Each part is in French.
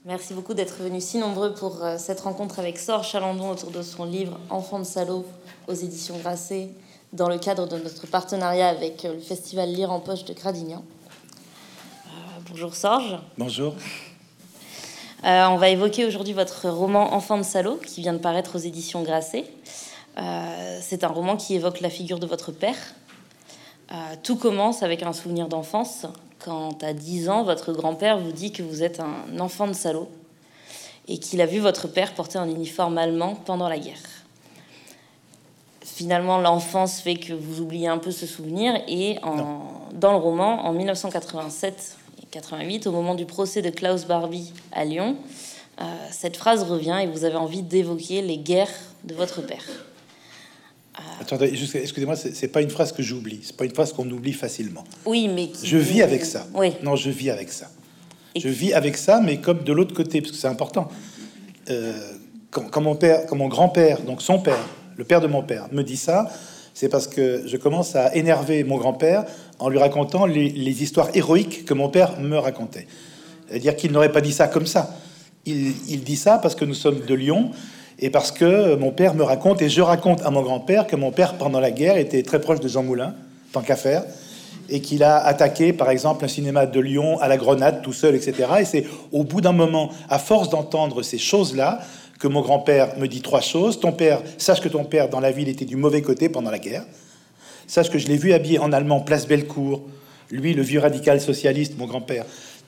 Merci beaucoup d'être venus si nombreux pour cette rencontre avec Sorge Chalandon autour de son livre Enfant de salaud aux éditions Grasset, dans le cadre de notre partenariat avec le festival Lire en Poche de Gradignan. Bonjour Sorge. Bonjour. On va évoquer aujourd'hui votre roman Enfant de salaud qui vient de paraître aux éditions Grasset. C'est un roman qui évoque la figure de votre père. Tout commence avec un souvenir d'enfance. Quand à 10 ans, votre grand-père vous dit que vous êtes un enfant de salaud et qu'il a vu votre père porter un uniforme allemand pendant la guerre. Finalement, l'enfance fait que vous oubliez un peu ce souvenir et dans le roman, en 1987 et 88, au moment du procès de Klaus Barbie à Lyon, cette phrase revient et vous avez envie d'évoquer les guerres de votre père. Attendez, excusez-moi, c'est pas une phrase que j'oublie. C'est pas une phrase qu'on oublie facilement. Oui, mais je vis avec ça. Oui. Non, je vis avec ça. Je vis avec ça, mais comme de l'autre côté, parce que c'est important. Quand mon grand-père, donc son père, le père de mon père, me dit ça, c'est parce que je commence à énerver mon grand-père en lui racontant les histoires héroïques que mon père me racontait. C'est-à-dire qu'il n'aurait pas dit ça comme ça. Il dit ça parce que nous sommes de Lyon. Et parce que mon père me raconte, et je raconte à mon grand-père que mon père, pendant la guerre, était très proche de Jean Moulin, tant qu'à faire, et qu'il a attaqué, par exemple, un cinéma de Lyon à la grenade, tout seul, etc. Et c'est au bout d'un moment, à force d'entendre ces choses-là, que mon grand-père me dit 3 choses. Sache que ton père, dans la ville, était du mauvais côté pendant la guerre. Sache que je l'ai vu habillé en allemand, place Bellecour. Lui, le vieux radical socialiste, mon grand-père,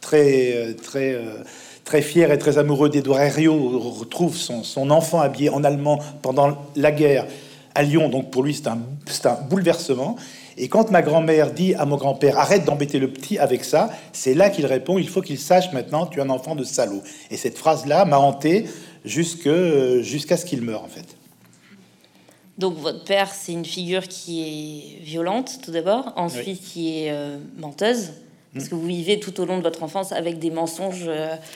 très fier et très amoureux d'Édouard Herriot, retrouve son enfant habillé en allemand pendant la guerre à Lyon. Donc pour lui, c'est un bouleversement. Et quand ma grand-mère dit à mon grand-père « Arrête d'embêter le petit avec ça », c'est là qu'il répond « Il faut qu'il sache maintenant, tu es un enfant de salaud ». Et cette phrase-là m'a hanté jusqu'à ce qu'il meure, en fait. Donc votre père, c'est une figure qui est violente, tout d'abord. Ensuite, oui. Qui est menteuse. Parce que vous vivez tout au long de votre enfance avec des mensonges...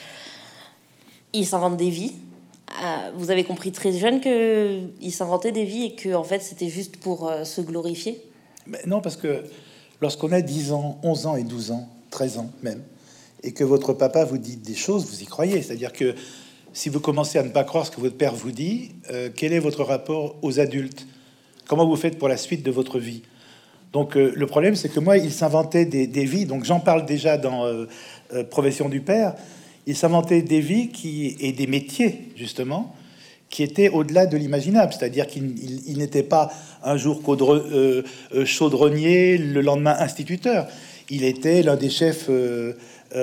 Il s'invente des vies. Vous avez compris très jeune qu'il s'inventait des vies et que en fait c'était juste pour se glorifier. Mais non, parce que lorsqu'on a 10 ans, 11 ans et 12 ans, 13 ans même, et que votre papa vous dit des choses, vous y croyez. C'est-à-dire que si vous commencez à ne pas croire ce que votre père vous dit, quel est votre rapport aux adultes? Comment vous faites pour la suite de votre vie? Donc le problème, c'est que moi, il s'inventait des vies. Donc j'en parle déjà dans Profession du père. Il s'inventait des vies et des métiers, justement, qui étaient au-delà de l'imaginable. C'est-à-dire qu'il n'était pas un jour chaudronnier, le lendemain instituteur. Il était l'un des chefs de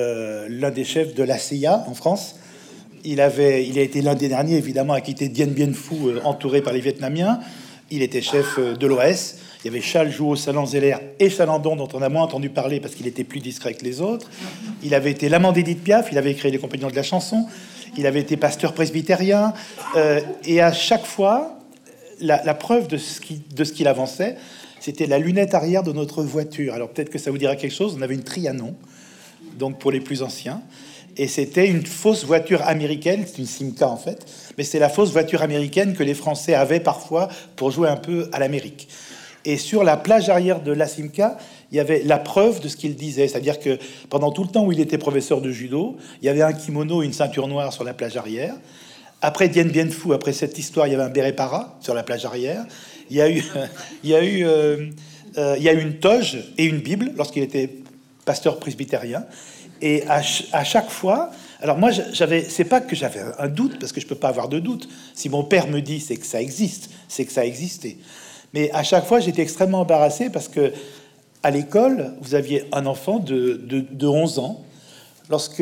la CIA en France. Il a été l'un des derniers, évidemment, à quitter Dien Bien Phu, entouré par les Vietnamiens. Il était chef de l'OS. Il y avait Charles Jouot, Salan-Zeller et Chalandon, dont on a moins entendu parler parce qu'il était plus discret que les autres. Il avait été l'amant d'Édith Piaf, il avait créé les Compagnons de la Chanson, il avait été pasteur presbytérien, et à chaque fois, la preuve de ce qu'il avançait, c'était la lunette arrière de notre voiture. Alors peut-être que ça vous dira quelque chose, on avait une Trianon, donc pour les plus anciens, et c'était une fausse voiture américaine, c'est une Simca en fait, mais c'est la fausse voiture américaine que les Français avaient parfois pour jouer un peu à l'Amérique. Et sur la plage arrière de la Simca, il y avait la preuve de ce qu'il disait. C'est-à-dire que pendant tout le temps où il était professeur de judo, il y avait un kimono et une ceinture noire sur la plage arrière. Après Dien Bien Phu, après cette histoire, il y avait un béret para sur la plage arrière. Il y a eu une toge et une Bible lorsqu'il était pasteur presbytérien. Et à chaque fois... Alors moi, c'est pas que j'avais un doute, parce que je peux pas avoir de doute. Si mon père me dit c'est que ça existe, c'est que ça a existé. Mais à chaque fois, j'étais extrêmement embarrassé parce que à l'école, vous aviez un enfant de 11 ans. Lorsque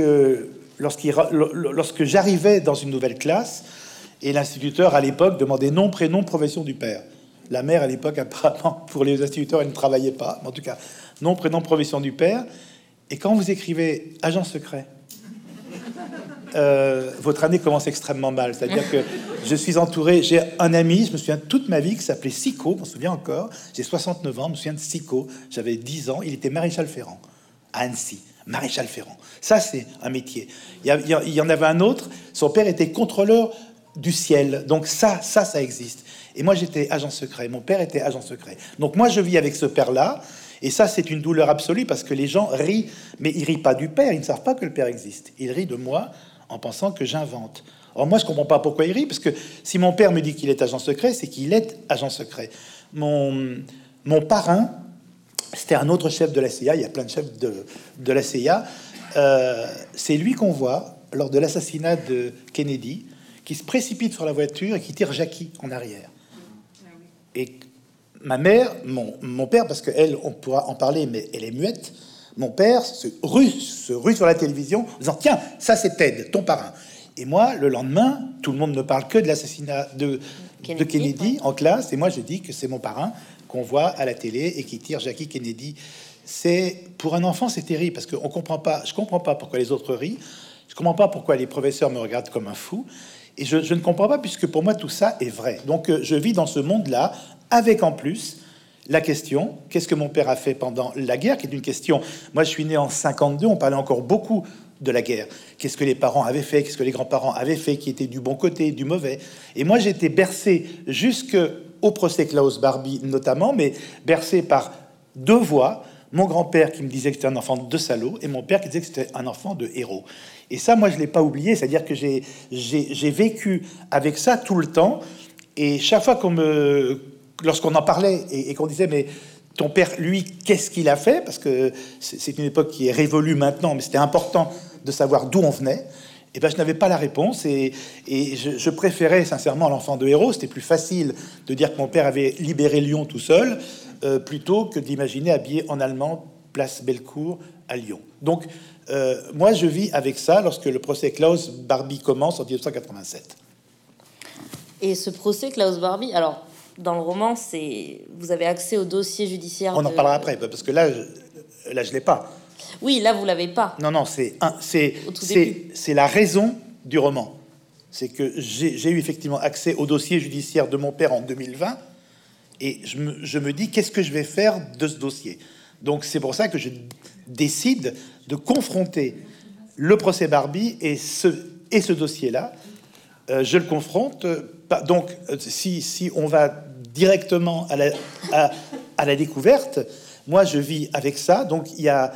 j'arrivais dans une nouvelle classe, et l'instituteur, à l'époque, demandait nom, prénom, profession du père. La mère, à l'époque, apparemment, pour les instituteurs, elle ne travaillait pas. Mais en tout cas, nom, prénom, profession du père. Et quand vous écrivez « agent secret », votre année commence extrêmement mal. C'est-à-dire que je suis entouré, j'ai un ami, je me souviens toute ma vie, qui s'appelait Sico, je me souviens encore, j'ai 69 ans, je me souviens de Sico, j'avais 10 ans, il était maréchal Ferrand, à Annecy, maréchal Ferrand. Ça, c'est un métier. Il y en avait un autre, son père était contrôleur du ciel, donc ça existe. Et moi, j'étais agent secret, mon père était agent secret. Donc moi, je vis avec ce père-là, et ça, c'est une douleur absolue, parce que les gens rient, mais ils rient pas du père, ils ne savent pas que le père existe. Ils rient de moi, en pensant que j'invente. Or, moi, je comprends pas pourquoi il rit, parce que si mon père me dit qu'il est agent secret, c'est qu'il est agent secret. Mon parrain, c'était un autre chef de la CIA, il y a plein de chefs de la CIA, c'est lui qu'on voit lors de l'assassinat de Kennedy, qui se précipite sur la voiture et qui tire Jackie en arrière. Et ma mère, mon père, parce qu'elle, on pourra en parler, mais elle est muette, mon père se rue sur la télévision, en disant « Tiens, ça c'est Ted, ton parrain ». Et moi, le lendemain, tout le monde ne parle que de l'assassinat de Kennedy en classe, et moi je dis que c'est mon parrain qu'on voit à la télé et qui tire Jackie Kennedy. C'est, pour un enfant, c'est terrible, parce qu'on comprend pas, je comprends pas pourquoi les autres rient, je comprends pas pourquoi les professeurs me regardent comme un fou, et je ne comprends pas, puisque pour moi tout ça est vrai. Donc je vis dans ce monde-là, avec en plus la question, qu'est-ce que mon père a fait pendant la guerre, qui est une question... Moi, je suis né en 52, on parlait encore beaucoup de la guerre. Qu'est-ce que les parents avaient fait, qu'est-ce que les grands-parents avaient fait, qui était du bon côté, du mauvais. Et moi, j'ai été bercé jusqu'au procès Klaus Barbie, notamment, mais bercé par deux voix. Mon grand-père qui me disait que c'était un enfant de salaud, et mon père qui disait que c'était un enfant de héros. Et ça, moi, je ne l'ai pas oublié, c'est-à-dire que j'ai vécu avec ça tout le temps, et chaque fois lorsqu'on en parlait et qu'on disait, mais ton père, lui, qu'est-ce qu'il a fait? Parce que c'est une époque qui est révolue maintenant, mais c'était important de savoir d'où on venait. Et ben, je n'avais pas la réponse, et je préférais sincèrement l'enfant de héros. C'était plus facile de dire que mon père avait libéré Lyon tout seul, plutôt que d'imaginer habillé en allemand, place Bellecour à Lyon. Donc, moi, je vis avec ça lorsque le procès Klaus Barbie commence en 1987. Et ce procès Klaus Barbie, alors... Dans le roman, vous avez accès au dossier judiciaire. On en parlera après, parce que là, je l'ai pas. Oui, là, vous l'avez pas. Non, c'est la raison du roman. C'est que j'ai eu effectivement accès au dossier judiciaire de mon père en 2020, et je me dis, qu'est-ce que je vais faire de ce dossier? Donc, c'est pour ça que je décide de confronter le procès Barbie et ce dossier-là. Je le confronte. Donc, si on va directement à la découverte, moi, je vis avec ça. Donc, il y a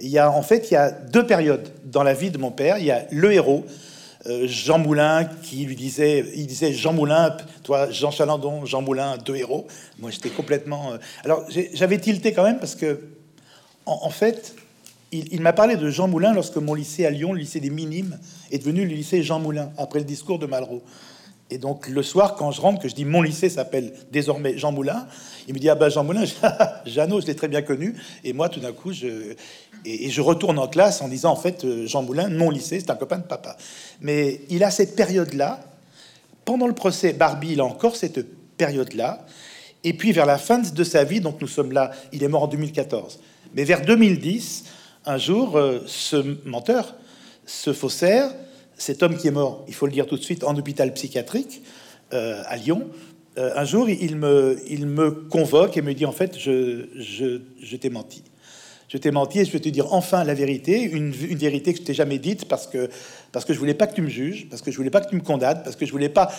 deux périodes dans la vie de mon père. Il y a le héros, Jean Moulin, il disait Jean Moulin, toi, Jean Chalandon, Jean Moulin, deux héros. Moi, j'étais complètement... Alors, j'avais tilté quand même, parce que, en fait... Il m'a parlé de Jean Moulin lorsque mon lycée à Lyon, le lycée des Minimes, est devenu le lycée Jean Moulin, après le discours de Malraux. Et donc, le soir, quand je rentre, que je dis mon lycée s'appelle désormais Jean Moulin, il me dit, ah ben Jean Moulin, Jeannot, je l'ai très bien connu. Et moi, tout d'un coup, je retourne en classe en disant, en fait, Jean Moulin, mon lycée, c'est un copain de papa. Mais il a cette période-là. Pendant le procès Barbie, il a encore cette période-là. Et puis, vers la fin de sa vie, donc nous sommes là, il est mort en 2014. Mais vers 2010... Un jour, ce menteur, ce faussaire, cet homme qui est mort, il faut le dire tout de suite, en hôpital psychiatrique à Lyon, un jour, il me convoque et me dit, en fait, je t'ai menti. Je t'ai menti et je vais te dire enfin la vérité, une vérité que je t'ai jamais dite, parce que je voulais pas que tu me juges, parce que je voulais pas que tu me condamnes, parce que je voulais pas...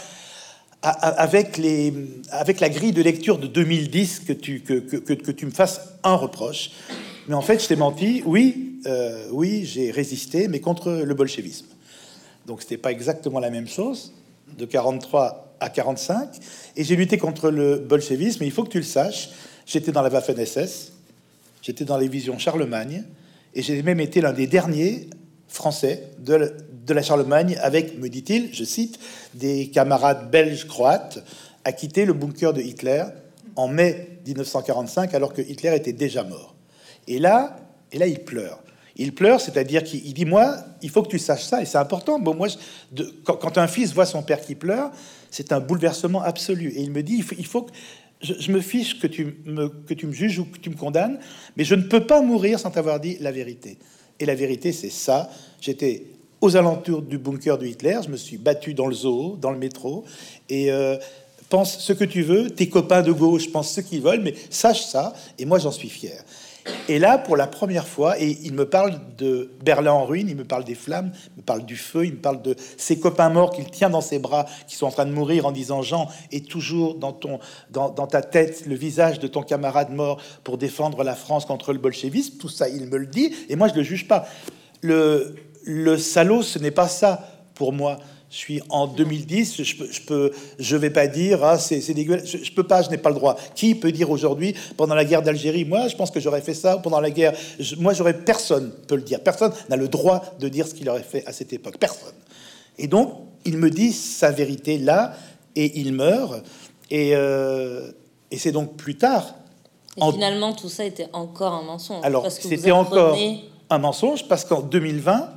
Avec la grille de lecture de 2010, que tu me fasses un reproche. Mais en fait, je t'ai menti. Oui, j'ai résisté, mais contre le bolchevisme. Donc, c'était pas exactement la même chose, de 43 à 45. Et j'ai lutté contre le bolchevisme. Et il faut que tu le saches, j'étais dans la Waffen-SS, j'étais dans les divisions Charlemagne, et j'ai même été l'un des derniers Français de la Charlemagne, avec, me dit-il, je cite, des camarades belges croates, à quitter le bunker de Hitler en mai 1945, alors que Hitler était déjà mort. Et là, il pleure. Il pleure, c'est-à-dire qu'il dit, moi, il faut que tu saches ça, et c'est important. Bon, moi, quand un fils voit son père qui pleure, c'est un bouleversement absolu. Et il me dit, il faut que je me fiche que tu me juges ou que tu me condamnes, mais je ne peux pas mourir sans t'avoir dit la vérité. Et la vérité, c'est ça. J'étais aux alentours du bunker de Hitler, je me suis battu dans le zoo, dans le métro, et pense ce que tu veux, tes copains de gauche pensent ce qu'ils veulent, mais sache ça, et moi, j'en suis fier. Et là, pour la première fois, et il me parle de Berlin en ruine, il me parle des flammes, il me parle du feu, il me parle de ses copains morts qu'il tient dans ses bras, qui sont en train de mourir, en disant, Jean, est toujours dans ta tête le visage de ton camarade mort pour défendre la France contre le bolchevisme. Tout ça, il me le dit, et moi, je le juge pas. Le salaud, ce n'est pas ça pour moi. Je suis en 2010, je vais pas dire c'est dégueulasse. Je peux pas, je n'ai pas le droit. Qui peut dire aujourd'hui pendant la guerre d'Algérie, moi je pense que j'aurais fait ça pendant la guerre. Personne peut le dire. Personne n'a le droit de dire ce qu'il aurait fait à cette époque. Personne. Et donc il me dit sa vérité là et il meurt. Et c'est donc plus tard. Et finalement tout ça était encore un mensonge. Alors c'était encore un mensonge parce qu'en 2020.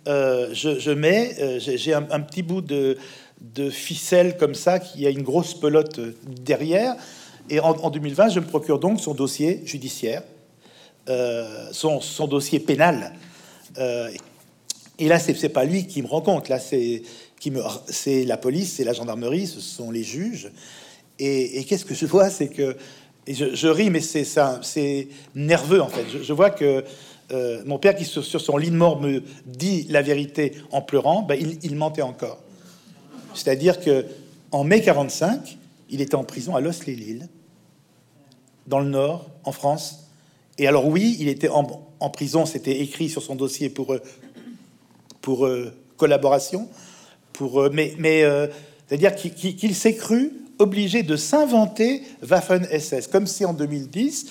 J'ai un petit bout de ficelle comme ça qui a une grosse pelote derrière, et en 2020 je me procure donc son dossier judiciaire, son dossier pénal, et là c'est pas lui qui me rend compte, là c'est la police, c'est la gendarmerie, ce sont les juges, et qu'est-ce que je vois, c'est que et je ris, mais c'est nerveux en fait. Je vois que mon père, qui sur son lit de mort me dit la vérité en pleurant, il mentait encore. C'est-à-dire que en mai 45, il était en prison à Los-les-Lilles, dans le Nord, en France. Et alors oui, il était en prison, c'était écrit sur son dossier pour collaboration, c'est-à-dire qu'il s'est cru obligé de s'inventer Waffen-SS, comme si en 2010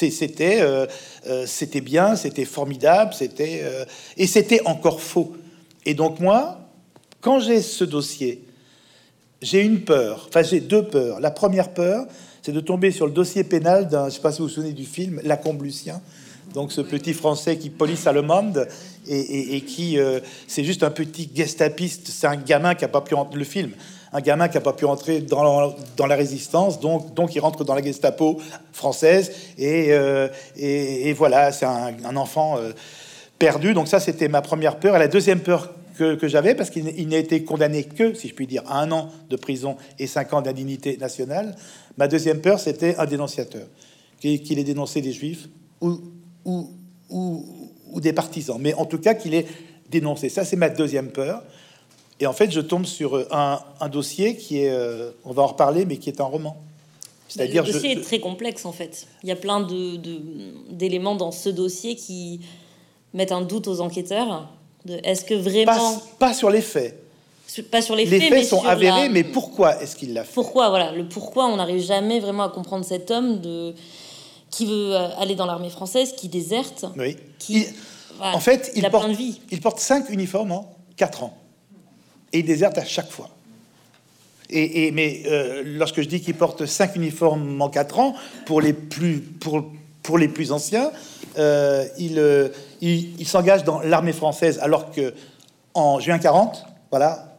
c'était bien, c'était formidable, et c'était encore faux. Et donc moi, quand j'ai ce dossier, j'ai deux peurs. La première peur, c'est de tomber sur le dossier pénal d'un, je sais pas si vous vous souvenez du film L'Accomblucien, donc ce petit Français qui police allemande et qui c'est juste un petit gestapiste, c'est un gamin qui a pas pu le film. Un gamin qui n'a pas pu entrer dans la résistance, donc il rentre dans la Gestapo française, et voilà, c'est un enfant perdu. Donc ça, c'était ma première peur. Et la deuxième peur que j'avais, parce qu'il n'a été condamné que, si je puis dire, à 1 an de prison et 5 ans d'indignité nationale, ma deuxième peur, c'était un dénonciateur, qu'il ait dénoncé des juifs ou des partisans, mais en tout cas qu'il ait dénoncé. Ça, c'est ma deuxième peur. Et en fait, je tombe sur un dossier qui est, on va en reparler, mais qui est un roman. C'est-à-dire, le dossier est très complexe, en fait. Il y a plein d'éléments dans ce dossier qui mettent un doute aux enquêteurs. Est-ce que vraiment... Pas sur les faits. Pas sur les faits. Les faits sont avérés, la... mais pourquoi est-ce qu'il l'a fait? Pourquoi, voilà. Le pourquoi, on n'arrive jamais vraiment à comprendre cet homme qui veut aller dans l'armée française, qui déserte. Oui. Voilà, en fait, il a plein de vie. Il porte 5 uniformes en 4 ans. Et il déserte à chaque fois. Mais lorsque je dis qu'il porte 5 uniformes en 4 ans, pour les plus anciens, il s'engage dans l'armée française, alors que en juin 40, voilà,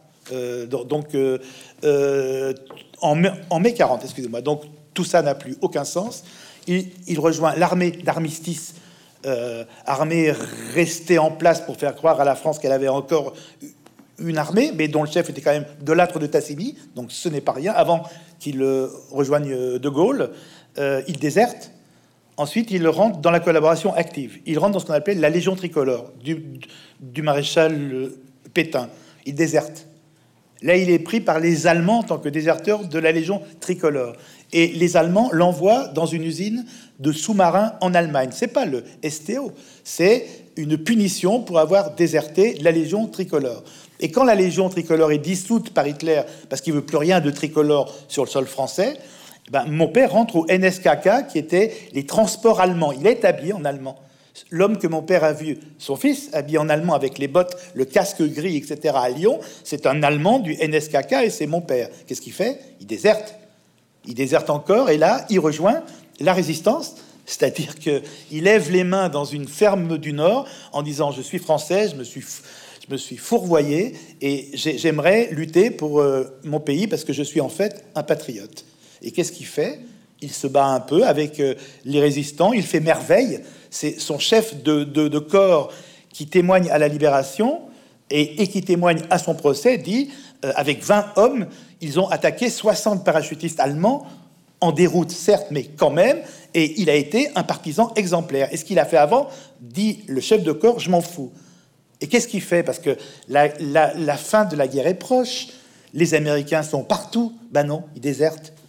en mai 40, excusez-moi. Donc tout ça n'a plus aucun sens. Il rejoint l'armée d'armistice, armée restée en place pour faire croire à la France qu'elle avait encore une armée, mais dont le chef était quand même de Lattre de Tassigny, donc ce n'est pas rien. Avant qu'il rejoigne De Gaulle, il déserte. Ensuite, il rentre dans la collaboration active. Il rentre dans ce qu'on appelle la Légion tricolore du maréchal Pétain. Il déserte. Là, il est pris par les Allemands en tant que déserteur de la Légion tricolore. Et les Allemands l'envoient dans une usine de sous-marins en Allemagne. C'est pas le STO, c'est une punition pour avoir déserté la Légion tricolore. Et quand la Légion tricolore est dissoute par Hitler, parce qu'il veut plus rien de tricolore sur le sol français, mon père rentre au NSKK, qui était les transports allemands. Il est habillé en allemand. L'homme que mon père a vu, son fils, habillé en allemand avec les bottes, le casque gris, etc., à Lyon, c'est un Allemand du NSKK et c'est mon père. Qu'est-ce qu'il fait? Il déserte. Il déserte encore, et là, il rejoint la résistance, c'est-à-dire qu'il lève les mains dans une ferme du Nord en disant « Je suis français, je me suis fourvoyé et j'aimerais lutter pour mon pays parce que je suis en fait un patriote. » Et qu'est-ce qu'il fait? Il se bat un peu avec les résistants, il fait merveille. C'est son chef de corps qui témoigne à la Libération et qui témoigne à son procès, dit avec 20 hommes, ils ont attaqué 60 parachutistes allemands en déroute, certes, mais quand même, et il a été un partisan exemplaire. Et ce qu'il a fait avant, dit le chef de corps, je m'en fous. Et qu'est-ce qu'il fait? Parce que la fin de la guerre est proche, les Américains sont partout. Ben non, ils désertent.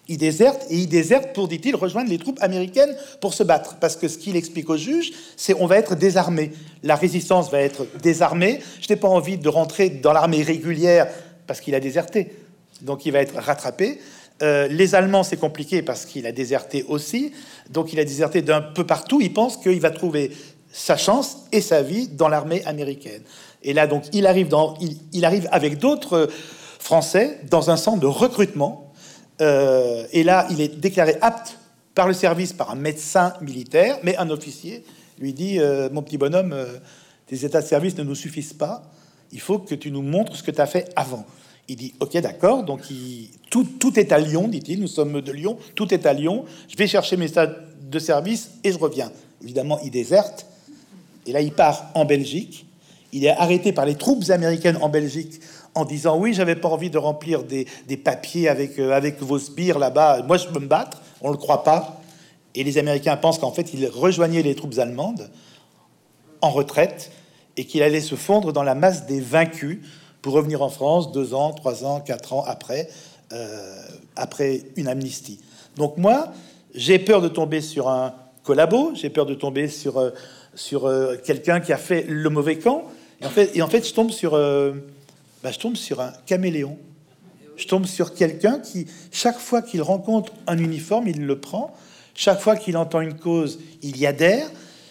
Il déserte, et il déserte pour, dit-il, rejoindre les troupes américaines pour se battre. Parce que ce qu'il explique au juge, c'est on va être désarmé. La résistance va être désarmée. Je n'ai pas envie de rentrer dans l'armée régulière parce qu'il a déserté. Donc il va être rattrapé. Les Allemands, c'est compliqué parce qu'il a déserté aussi. Donc il a déserté d'un peu partout. Il pense qu'il va trouver sa chance et sa vie dans l'armée américaine. Et là, donc, il arrive avec d'autres Français dans un centre de recrutement. Et là, il est déclaré apte par le service, par un médecin militaire, mais un officier lui dit mon petit bonhomme, tes états de service ne nous suffisent pas, il faut que tu nous montres ce que tu as fait avant. Il dit ok, d'accord, donc tout est à Lyon, dit-il, nous sommes de Lyon, tout est à Lyon, je vais chercher mes états de service et je reviens. Évidemment, il déserte, et là, il part en Belgique. Il est arrêté par les troupes américaines en Belgique en disant oui, j'avais pas envie de remplir des papiers avec vos sbires là-bas. Moi, je peux me battre. On le croit pas. Et les Américains pensent qu'en fait, il rejoignait les troupes allemandes en retraite et qu'il allait se fondre dans la masse des vaincus pour revenir en France 2 ans, 3 ans, 4 ans après une amnistie. Donc moi, j'ai peur de tomber sur un collabo. J'ai peur de tomber sur quelqu'un qui a fait le mauvais camp. Et en fait, je tombe sur un caméléon. Je tombe sur quelqu'un qui, chaque fois qu'il rencontre un uniforme, il le prend. Chaque fois qu'il entend une cause, il y adhère.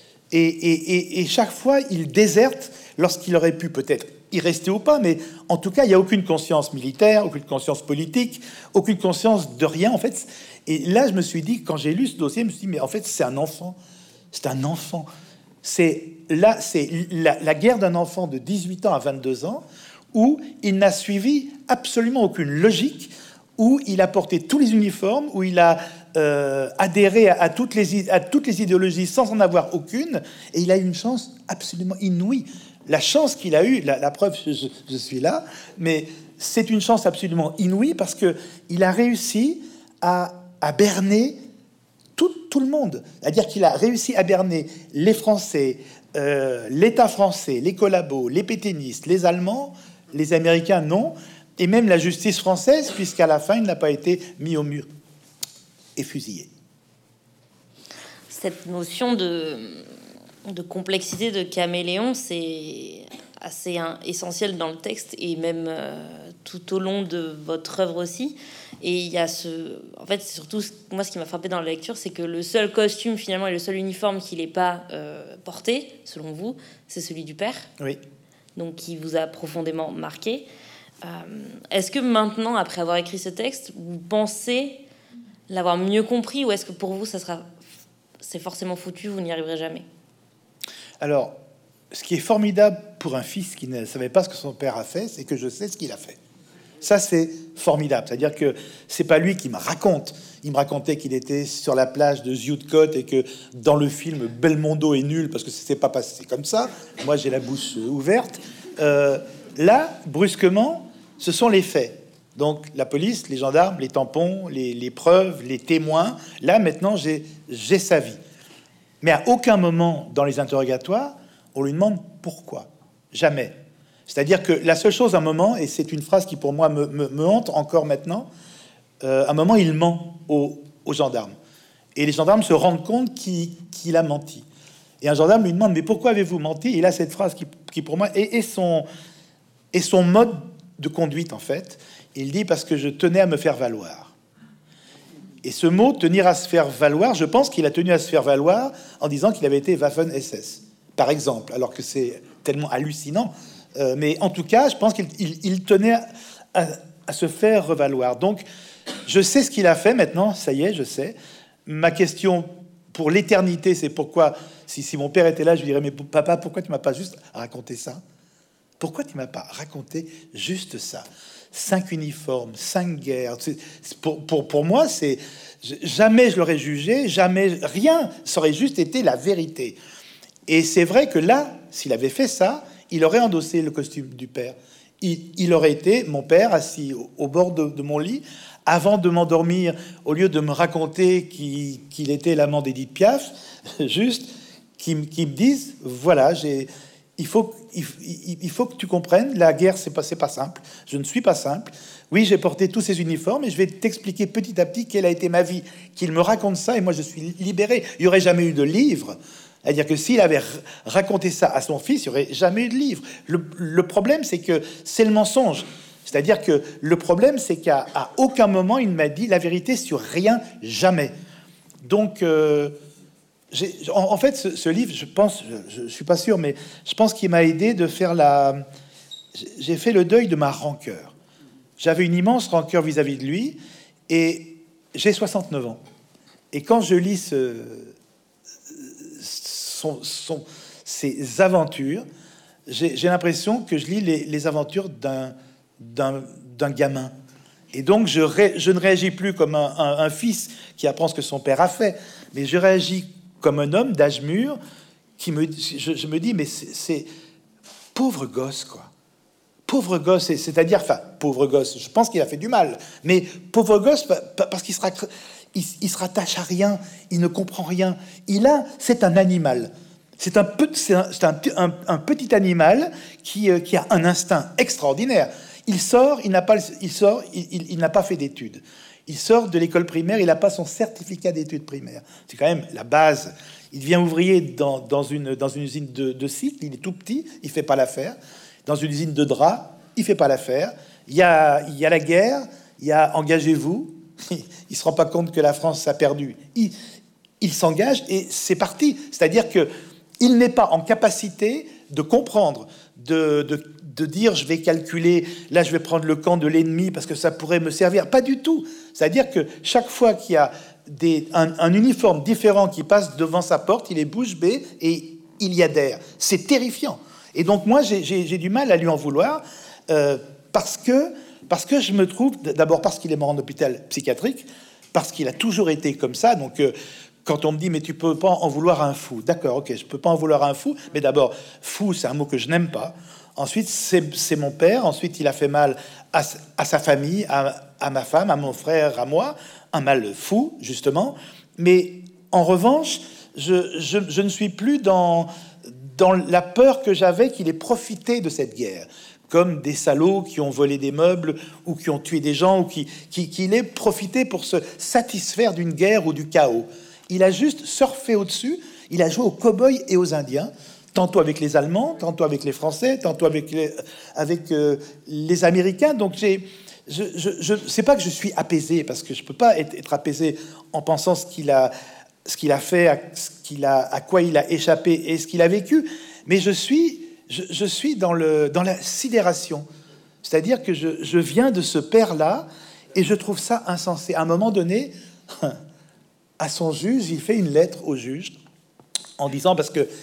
Et chaque fois, il déserte lorsqu'il aurait pu peut-être y rester ou pas. Mais en tout cas, il n'y a aucune conscience militaire, aucune conscience politique, aucune conscience de rien, en fait. Et là, je me suis dit, quand j'ai lu ce dossier, je me suis dit, mais en fait, c'est un enfant. C'est un enfant. C'est la guerre d'un enfant de 18 ans à 22 ans où il n'a suivi absolument aucune logique, où il a porté tous les uniformes, où il a adhéré à toutes les idéologies sans en avoir aucune, et il a eu une chance absolument inouïe. La chance qu'il a eue, la preuve, je suis là, mais c'est une chance absolument inouïe parce qu'il a réussi à berner tout le monde. C'est-à-dire qu'il a réussi à berner les Français, l'État français, les collabos, les pétainistes, les Allemands, les Américains, non, et même la justice française, puisqu'à la fin, il n'a pas été mis au mur et fusillé. Cette notion de complexité de caméléon, c'est assez essentiel dans le texte et même tout au long de votre œuvre aussi. Et il y a en fait, c'est surtout moi ce qui m'a frappé dans la lecture, c'est que le seul costume finalement et le seul uniforme qu'il n'ait pas porté, selon vous, c'est celui du père. Oui. Donc qui vous a profondément marqué. Est-ce que maintenant, après avoir écrit ce texte, vous pensez l'avoir mieux compris, ou est-ce que pour vous, c'est forcément foutu, vous n'y arriverez jamais? Alors, ce qui est formidable pour un fils qui ne savait pas ce que son père a fait, c'est que je sais ce qu'il a fait. Ça, c'est formidable. C'est-à-dire que c'est pas lui qui me raconte. Il me racontait qu'il était sur la plage de Zuidcote et que dans le film, Belmondo est nul parce que ça s'est pas passé comme ça. Moi, j'ai la bouche ouverte. Là, brusquement, ce sont les faits. Donc, la police, les gendarmes, les tampons, les preuves, les témoins. Là, maintenant, j'ai sa vie. Mais à aucun moment dans les interrogatoires, on lui demande pourquoi. Jamais. C'est-à-dire que la seule chose, à un moment, et c'est une phrase qui pour moi me hante encore maintenant, à un moment, il ment aux gendarmes. Et les gendarmes se rendent compte qu'il a menti. Et un gendarme lui demande, mais pourquoi avez-vous menti? Et il a cette phrase qui pour moi, est son mode de conduite, en fait. Il dit, parce que je tenais à me faire valoir. Et ce mot, tenir à se faire valoir, je pense qu'il a tenu à se faire valoir en disant qu'il avait été Waffen-SS, par exemple, alors que c'est tellement hallucinant. Mais en tout cas, je pense qu'il tenait à se faire revaloir. Donc, je sais ce qu'il a fait maintenant, ça y est, je sais. Ma question pour l'éternité, c'est pourquoi, si mon père était là, je lui dirais, mais papa, pourquoi tu m'as pas juste raconté ça? Pourquoi tu m'as pas raconté juste ça? 5 uniformes, 5 guerres. Pour moi, c'est jamais je l'aurais jugé, jamais rien. Ça aurait juste été la vérité. Et c'est vrai que là, s'il avait fait ça, il aurait endossé le costume du père. Il aurait été mon père assis au bord de mon lit avant de m'endormir, au lieu de me raconter qu'il était l'amant d'Édith Piaf, juste qu'il me dise, voilà, il faut que tu comprennes, la guerre, c'est pas simple. Je ne suis pas simple. Oui, j'ai porté tous ces uniformes et je vais t'expliquer petit à petit quelle a été ma vie. Qu'il me raconte ça et moi, je suis libéré. Il n'y aurait jamais eu de livre. C'est-à-dire que s'il avait raconté ça à son fils, il n'y aurait jamais eu de livre. Le problème, c'est que c'est le mensonge. C'est-à-dire que le problème, c'est qu'à aucun moment, il ne m'a dit la vérité sur rien, jamais. Donc... en fait, ce livre, je pense, je suis pas sûr, mais je pense qu'il m'a aidé de faire j'ai fait le deuil de ma rancœur. J'avais une immense rancœur vis-à-vis de lui, et j'ai 69 ans. Et quand je lis ses aventures, j'ai l'impression que je lis les aventures d'un gamin. Et donc, je ne réagis plus comme un fils qui apprend ce que son père a fait, mais je réagis comme un homme d'âge mûr je me dis, mais c'est pauvre gosse, quoi. Pauvre gosse, c'est-à-dire, enfin, pauvre gosse, je pense qu'il a fait du mal, mais pauvre gosse parce qu'il se rattache à rien, il ne comprend rien. C'est un animal. C'est un petit animal qui a un instinct extraordinaire. Il n'a pas fait d'études. Il sort de l'école primaire, il n'a pas son certificat d'études primaires. C'est quand même la base. Il devient ouvrier dans une usine de cycle, il est tout petit, il fait pas l'affaire. Dans une usine de draps, il fait pas l'affaire. Il y a la guerre, il y a engagez-vous. Il se rend pas compte que la France a perdu. Il s'engage et c'est parti. C'est-à-dire que il n'est pas en capacité de comprendre, de dire je vais calculer, là je vais prendre le camp de l'ennemi parce que ça pourrait me servir. Pas du tout. C'est-à-dire que chaque fois qu'il y a un uniforme différent qui passe devant sa porte, il est bouche bée et il y adhère. C'est terrifiant. Et donc moi j'ai du mal à lui en vouloir parce que je me trouve, d'abord parce qu'il est mort en hôpital psychiatrique, parce qu'il a toujours été comme ça. Donc quand on me dit mais tu peux pas en vouloir à un fou, d'accord, ok, je peux pas en vouloir à un fou, mais d'abord fou c'est un mot que je n'aime pas. Ensuite, c'est mon père. Ensuite, il a fait mal à sa famille, à ma femme, à mon frère, à moi. Un mal fou, justement. Mais en revanche, je ne suis plus dans la peur que j'avais qu'il ait profité de cette guerre. Comme des salauds qui ont volé des meubles ou qui ont tué des gens ou qu'il ait profité pour se satisfaire d'une guerre ou du chaos. Il a juste surfé au-dessus. Il a joué aux cow-boys et aux Indiens. Tantôt avec les Allemands, tantôt avec les Français, tantôt avec les Américains. Donc c'est pas que je suis apaisé, parce que je peux pas être apaisé en pensant ce qu'il a fait, à quoi il a échappé et ce qu'il a vécu. Mais je suis dans la sidération. C'est-à-dire que je viens de ce père-là et je trouve ça insensé. À un moment donné, à son juge, il fait une lettre au juge en disant, parce que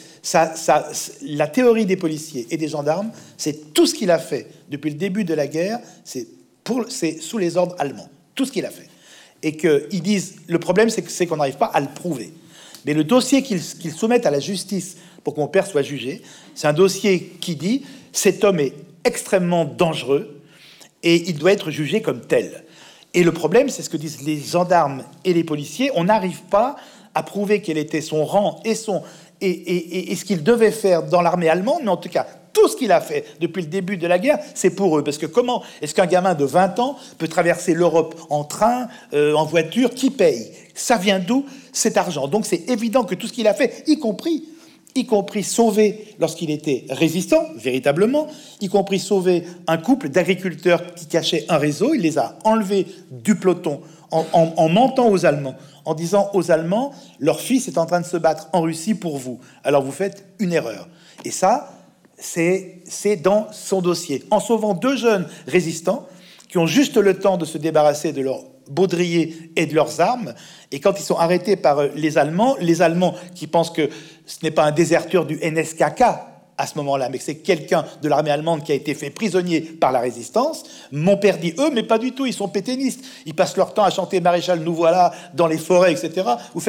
la théorie des policiers et des gendarmes, c'est tout ce qu'il a fait depuis le début de la guerre, c'est sous les ordres allemands, tout ce qu'il a fait. Et qu'ils disent, le problème c'est qu'on n'arrive pas à le prouver. Mais le dossier qu'ils soumettent à la justice pour que mon père soit jugé, c'est un dossier qui dit, cet homme est extrêmement dangereux et il doit être jugé comme tel. Et le problème, c'est ce que disent les gendarmes et les policiers, on n'arrive pas à prouver quel était son rang et ce qu'il devait faire dans l'armée allemande, mais en tout cas, tout ce qu'il a fait depuis le début de la guerre, c'est pour eux. Parce que comment est-ce qu'un gamin de 20 ans peut traverser l'Europe en train, en voiture, qui paye? Ça vient d'où cet argent? Donc c'est évident que tout ce qu'il a fait, y compris sauver lorsqu'il était résistant, véritablement, y compris sauver un couple d'agriculteurs qui cachaient un réseau, il les a enlevés du peloton en mentant aux Allemands, en disant aux Allemands, leur fils est en train de se battre en Russie pour vous, alors vous faites une erreur. Et ça, c'est dans son dossier. En sauvant 2 jeunes résistants qui ont juste le temps de se débarrasser de leurs baudriers et de leurs armes, et quand ils sont arrêtés par les Allemands qui pensent que ce n'est pas un déserteur du NSKK à ce moment-là, mais que c'est quelqu'un de l'armée allemande qui a été fait prisonnier par la résistance. Mon père dit eux, mais pas du tout, ils sont pétainistes. Ils passent leur temps à chanter Maréchal, nous voilà, dans les forêts, etc.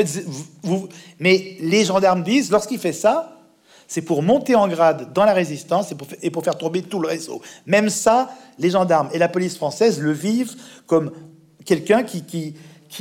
Mais les gendarmes disent, lorsqu'il fait ça, c'est pour monter en grade dans la résistance et pour faire tomber tout le réseau. Même ça, les gendarmes et la police française le vivent comme quelqu'un qui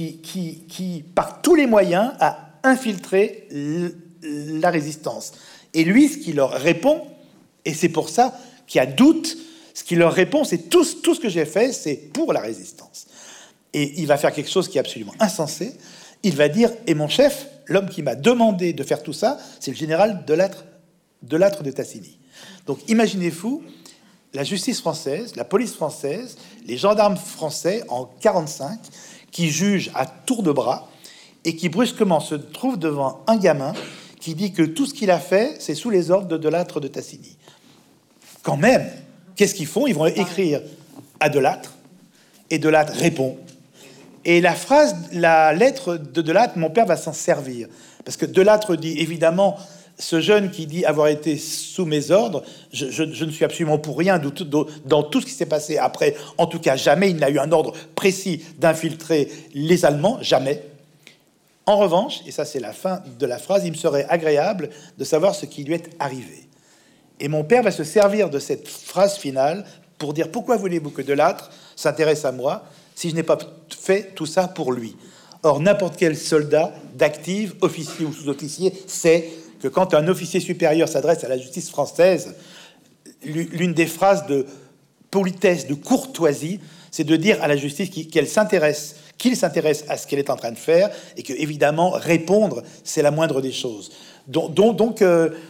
par tous les moyens, a infiltré la résistance. Et lui, ce qu'il leur répond, Et c'est pour ça qu'il y a doute. Ce qui leur répond, c'est tout ce que j'ai fait, c'est pour la résistance. Et il va faire quelque chose qui est absolument insensé. Il va dire, et mon chef, l'homme qui m'a demandé de faire tout ça, c'est le général Delattre de Tassigny. Donc imaginez-vous la justice française, la police française, les gendarmes français en 1945 qui jugent à tour de bras et qui brusquement se trouvent devant un gamin qui dit que tout ce qu'il a fait, c'est sous les ordres de Delattre de Tassigny. Quand même, qu'est-ce qu'ils font? Ils vont écrire à Delattre, et Delattre répond. Et la lettre de Delattre, mon père va s'en servir. Parce que Delattre dit, évidemment, ce jeune qui dit avoir été sous mes ordres, je ne suis absolument pour rien dans tout ce qui s'est passé après. En tout cas, jamais il n'a eu un ordre précis d'infiltrer les Allemands, jamais. En revanche, et ça c'est la fin de la phrase, il me serait agréable de savoir ce qui lui est arrivé. Et mon père va se servir de cette phrase finale pour dire, pourquoi voulez-vous que Delattre s'intéresse à moi si je n'ai pas fait tout ça pour lui? Or, n'importe quel soldat d'active, officier ou sous-officier, sait que quand un officier supérieur s'adresse à la justice française, l'une des phrases de politesse, de courtoisie, c'est de dire à la justice qu'il s'intéresse à ce qu'elle est en train de faire et que, évidemment, répondre, c'est la moindre des choses. Donc,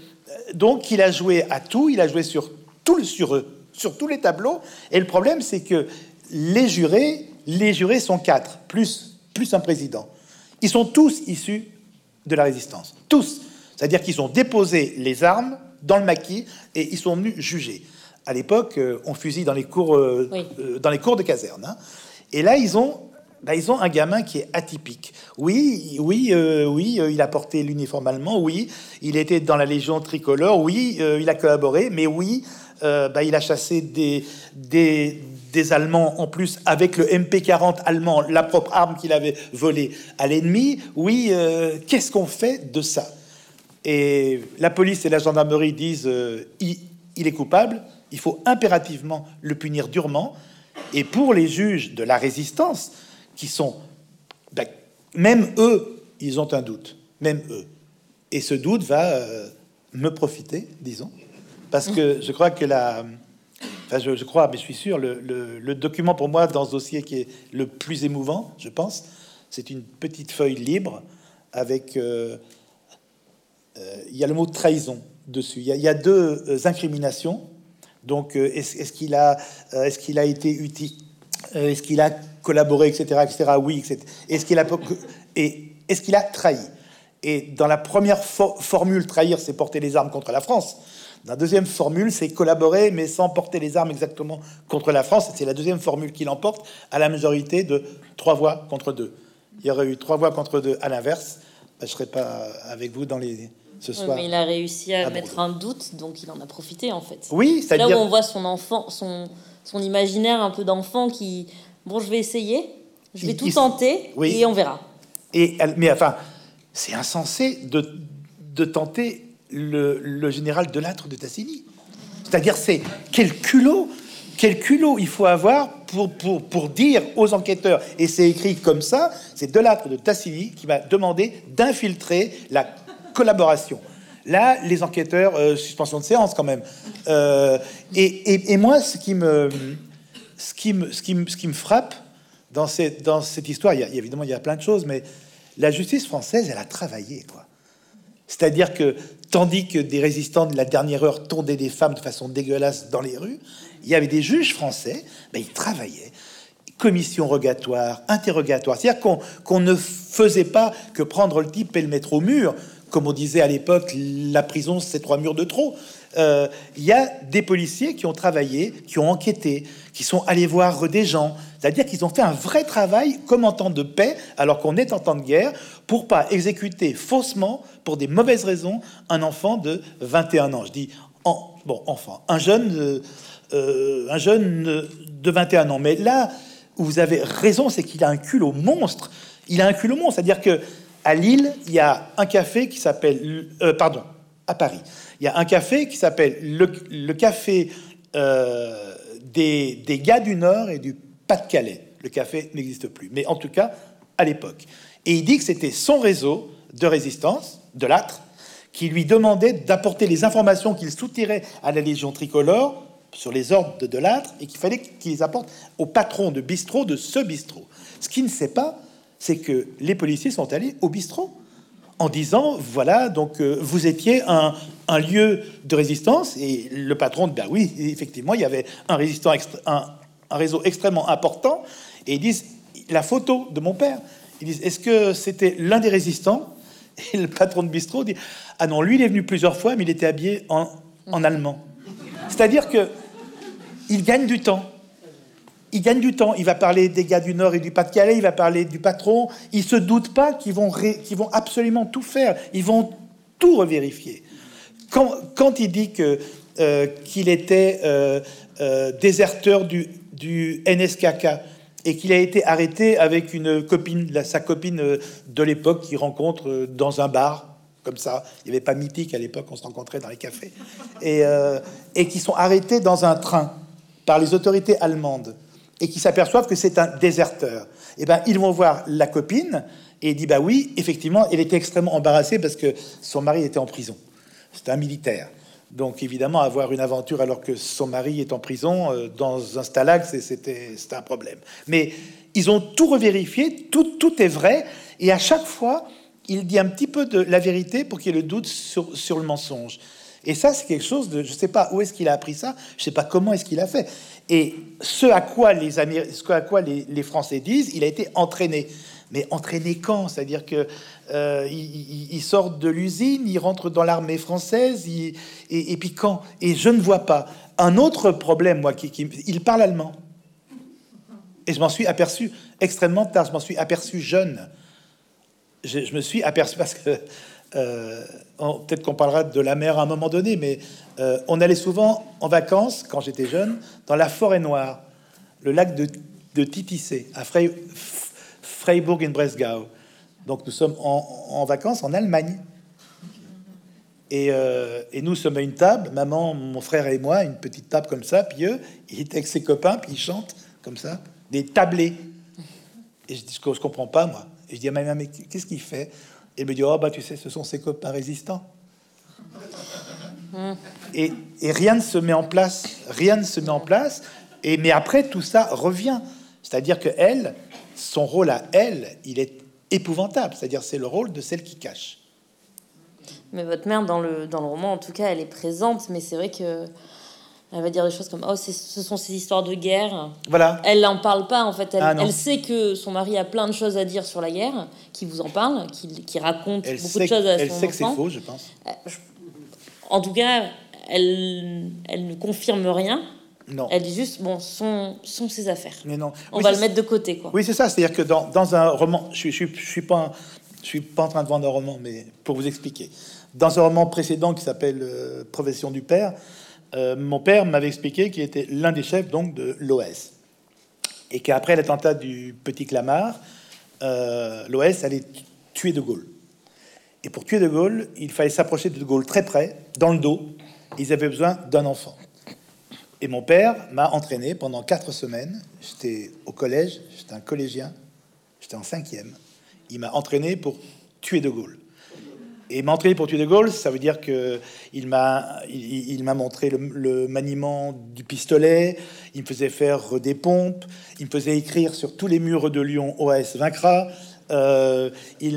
il a joué à tout, il a joué sur tous les tableaux. Et le problème, c'est que les jurés sont 4, plus un président. Ils sont tous issus de la résistance. Tous. C'est-à-dire qu'ils ont déposé les armes dans le maquis et ils sont venus juger. À l'époque, on fusille dans les cours de caserne. Hein. Et là, ils ont un gamin qui est atypique. Oui, il a porté l'uniforme allemand. Oui, il était dans la Légion tricolore. Oui, il a collaboré. Mais oui, il a chassé des Allemands en plus avec le MP40 allemand, la propre arme qu'il avait volée à l'ennemi. Oui, qu'est-ce qu'on fait de ça? Et la police et la gendarmerie disent il est coupable, il faut impérativement le punir durement. Et pour les juges de la résistance, qui sont... même eux, ils ont un doute. Même eux. Et ce doute va me profiter, disons. Parce que je crois que je crois, mais je suis sûr, le document pour moi dans ce dossier qui est le plus émouvant, je pense, c'est une petite feuille libre avec... il y a le mot trahison dessus. Il y a 2 incriminations. Donc, est-ce qu'il a été utile? Est-ce qu'il a collaboré, etc., etc. Oui, etc. Est-ce qu'il a trahi? Et dans la première formule, trahir, c'est porter les armes contre la France. Dans la deuxième formule, c'est collaborer, mais sans porter les armes exactement contre la France. C'est la deuxième formule qui l'emporte à la majorité de 3 voix contre 2. Il y aurait eu 3 voix contre 2 à l'inverse. Je ne serais pas avec vous ce soir. Mais il a réussi à mettre un doute, donc il en a profité, en fait. Oui, c'est-à-dire... Là où on voit son enfant, son imaginaire un peu d'enfant qui... Bon, je vais essayer, je vais tout tenter, et on verra. Mais enfin, c'est insensé de tenter le général Delattre de Tassigny. C'est-à-dire, c'est quel culot il faut avoir pour dire aux enquêteurs, et c'est écrit comme ça, c'est Delattre de Tassigny qui m'a demandé d'infiltrer la collaboration. Là, les enquêteurs, suspension de séance quand même. Et moi, ce qui me frappe dans cette histoire, évidemment, il y a plein de choses, mais la justice française, elle a travaillé, quoi. C'est-à-dire que, tandis que des résistants de la dernière heure tondaient des femmes de façon dégueulasse dans les rues, il y avait des juges français, ils travaillaient. Commission rogatoire, interrogatoire. C'est-à-dire qu'on ne faisait pas que prendre le type et le mettre au mur. Comme on disait à l'époque, la prison, c'est 3 murs de trop. Il y a des policiers qui ont travaillé, qui ont enquêté, qui sont allés voir des gens. C'est-à-dire qu'ils ont fait un vrai travail comme en temps de paix, alors qu'on est en temps de guerre, pour pas exécuter faussement, pour des mauvaises raisons, un enfant de 21 ans. Je dis enfant, un jeune de 21 ans. Mais là où vous avez raison, c'est qu'il a un culot monstre. Il a un culot monstre, c'est-à-dire que à Lille, il y a un café qui s'appelle... à Paris. Il y a un café qui s'appelle le café des gars du Nord et du Pas-de-Calais. Le café n'existe plus. Mais en tout cas, à l'époque. Et il dit que c'était son réseau de résistance, Delattre, qui lui demandait d'apporter les informations qu'il soutirait à la Légion tricolore sur les ordres de Delattre et qu'il fallait qu'il les apporte au patron de bistrot de ce bistrot. Ce qu'il ne sait pas, c'est que les policiers sont allés au bistrot en disant, voilà, donc vous étiez un lieu de résistance, et le patron, ben oui, effectivement, il y avait un résistant, un réseau extrêmement important, et ils disent, la photo de mon père, ils disent, est-ce que c'était l'un des résistants? Et le patron de bistrot dit, ah non, lui, il est venu plusieurs fois, mais il était habillé en allemand. C'est-à-dire que il gagne du temps. Il gagne du temps. Il va parler des gars du Nord et du Pas-de-Calais. Il va parler du patron. Il se doute pas qu'ils vont absolument tout faire. Ils vont tout revérifier. Quand il dit qu'il était déserteur du NSKK et qu'il a été arrêté avec une copine, sa copine de l'époque, qu'il rencontre dans un bar, comme ça. Il n'y avait pas Mythique à l'époque, on se rencontrait dans les cafés. Et qui sont arrêtés dans un train par les autorités allemandes et qui s'aperçoivent que c'est un déserteur. Et ben, ils vont voir la copine et il dit, bah oui, effectivement, elle était extrêmement embarrassée parce que son mari était en prison. C'était un militaire. Donc, évidemment, avoir une aventure alors que son mari est en prison, dans un stalag, c'était un problème. Mais ils ont tout revérifié, tout est vrai, et à chaque fois, il dit un petit peu de la vérité pour qu'il y ait le doute sur le mensonge. Et ça, c'est quelque chose de... Je ne sais pas où est-ce qu'il a appris ça, je ne sais pas comment est-ce qu'il a fait. Et ce à quoi les Français disent, il a été entraîné. Mais entraîné quand? C'est-à-dire que il sort de l'usine, il rentre dans l'armée française, et puis quand? Et je ne vois pas. Un autre problème, moi, il parle allemand. Et je m'en suis aperçu extrêmement tard. Je m'en suis aperçu jeune. Je me suis aperçu parce que peut-être qu'on parlera de la mer à un moment donné, mais on allait souvent en vacances quand j'étais jeune dans la Forêt-Noire, le lac de Titisee, à Freiburg in Breisgau. Donc nous sommes en vacances en Allemagne. Et nous sommes à une table, maman, mon frère et moi, une petite table comme ça, puis eux, il était avec ses copains, puis ils chantent comme ça, des tablés. Et je dis, je comprends pas, moi. Et je dis à ma mère, mais qu'est-ce qu'il fait? Et il me dit, oh, bah, tu sais, ce sont ses copains résistants. Et rien ne se met en place. Rien ne se met en place. Mais après, tout ça revient. C'est-à-dire que elle, son rôle à elle, il est épouvantable. C'est-à-dire, c'est le rôle de celle qui cache. Mais votre mère, dans le roman, en tout cas, elle est présente. Mais c'est vrai que elle va dire des choses comme, oh, ce sont ces histoires de guerre. Voilà. Elle n'en parle pas, en fait. Elle sait que son mari a plein de choses à dire sur la guerre, qui vous en parle, qui raconte beaucoup de choses à son enfant. Elle sait que c'est faux, je pense. En tout cas, elle ne confirme rien. Non. Elle dit juste, bon, sont ses affaires. Mais non. On va le mettre de côté, quoi. Oui, c'est ça. C'est-à-dire que dans un roman, je suis pas en train de vendre un roman, mais pour vous expliquer. Dans un roman précédent qui s'appelle Profession du père, mon père m'avait expliqué qu'il était l'un des chefs donc de l'OS et qu'après l'attentat du Petit Clamart, l'OS allait tuer De Gaulle. Et pour tuer De Gaulle, il fallait s'approcher de De Gaulle très près, dans le dos. Ils avaient besoin d'un enfant. Et mon père m'a entraîné pendant 4 semaines. J'étais au collège, j'étais un collégien, j'étais en 5e. Il m'a entraîné pour tuer De Gaulle. Et m'entraîner pour tuer De Gaulle, ça veut dire que il m'a montré le maniement du pistolet, il me faisait faire des pompes, il me faisait écrire sur tous les murs de Lyon OAS vaincra, il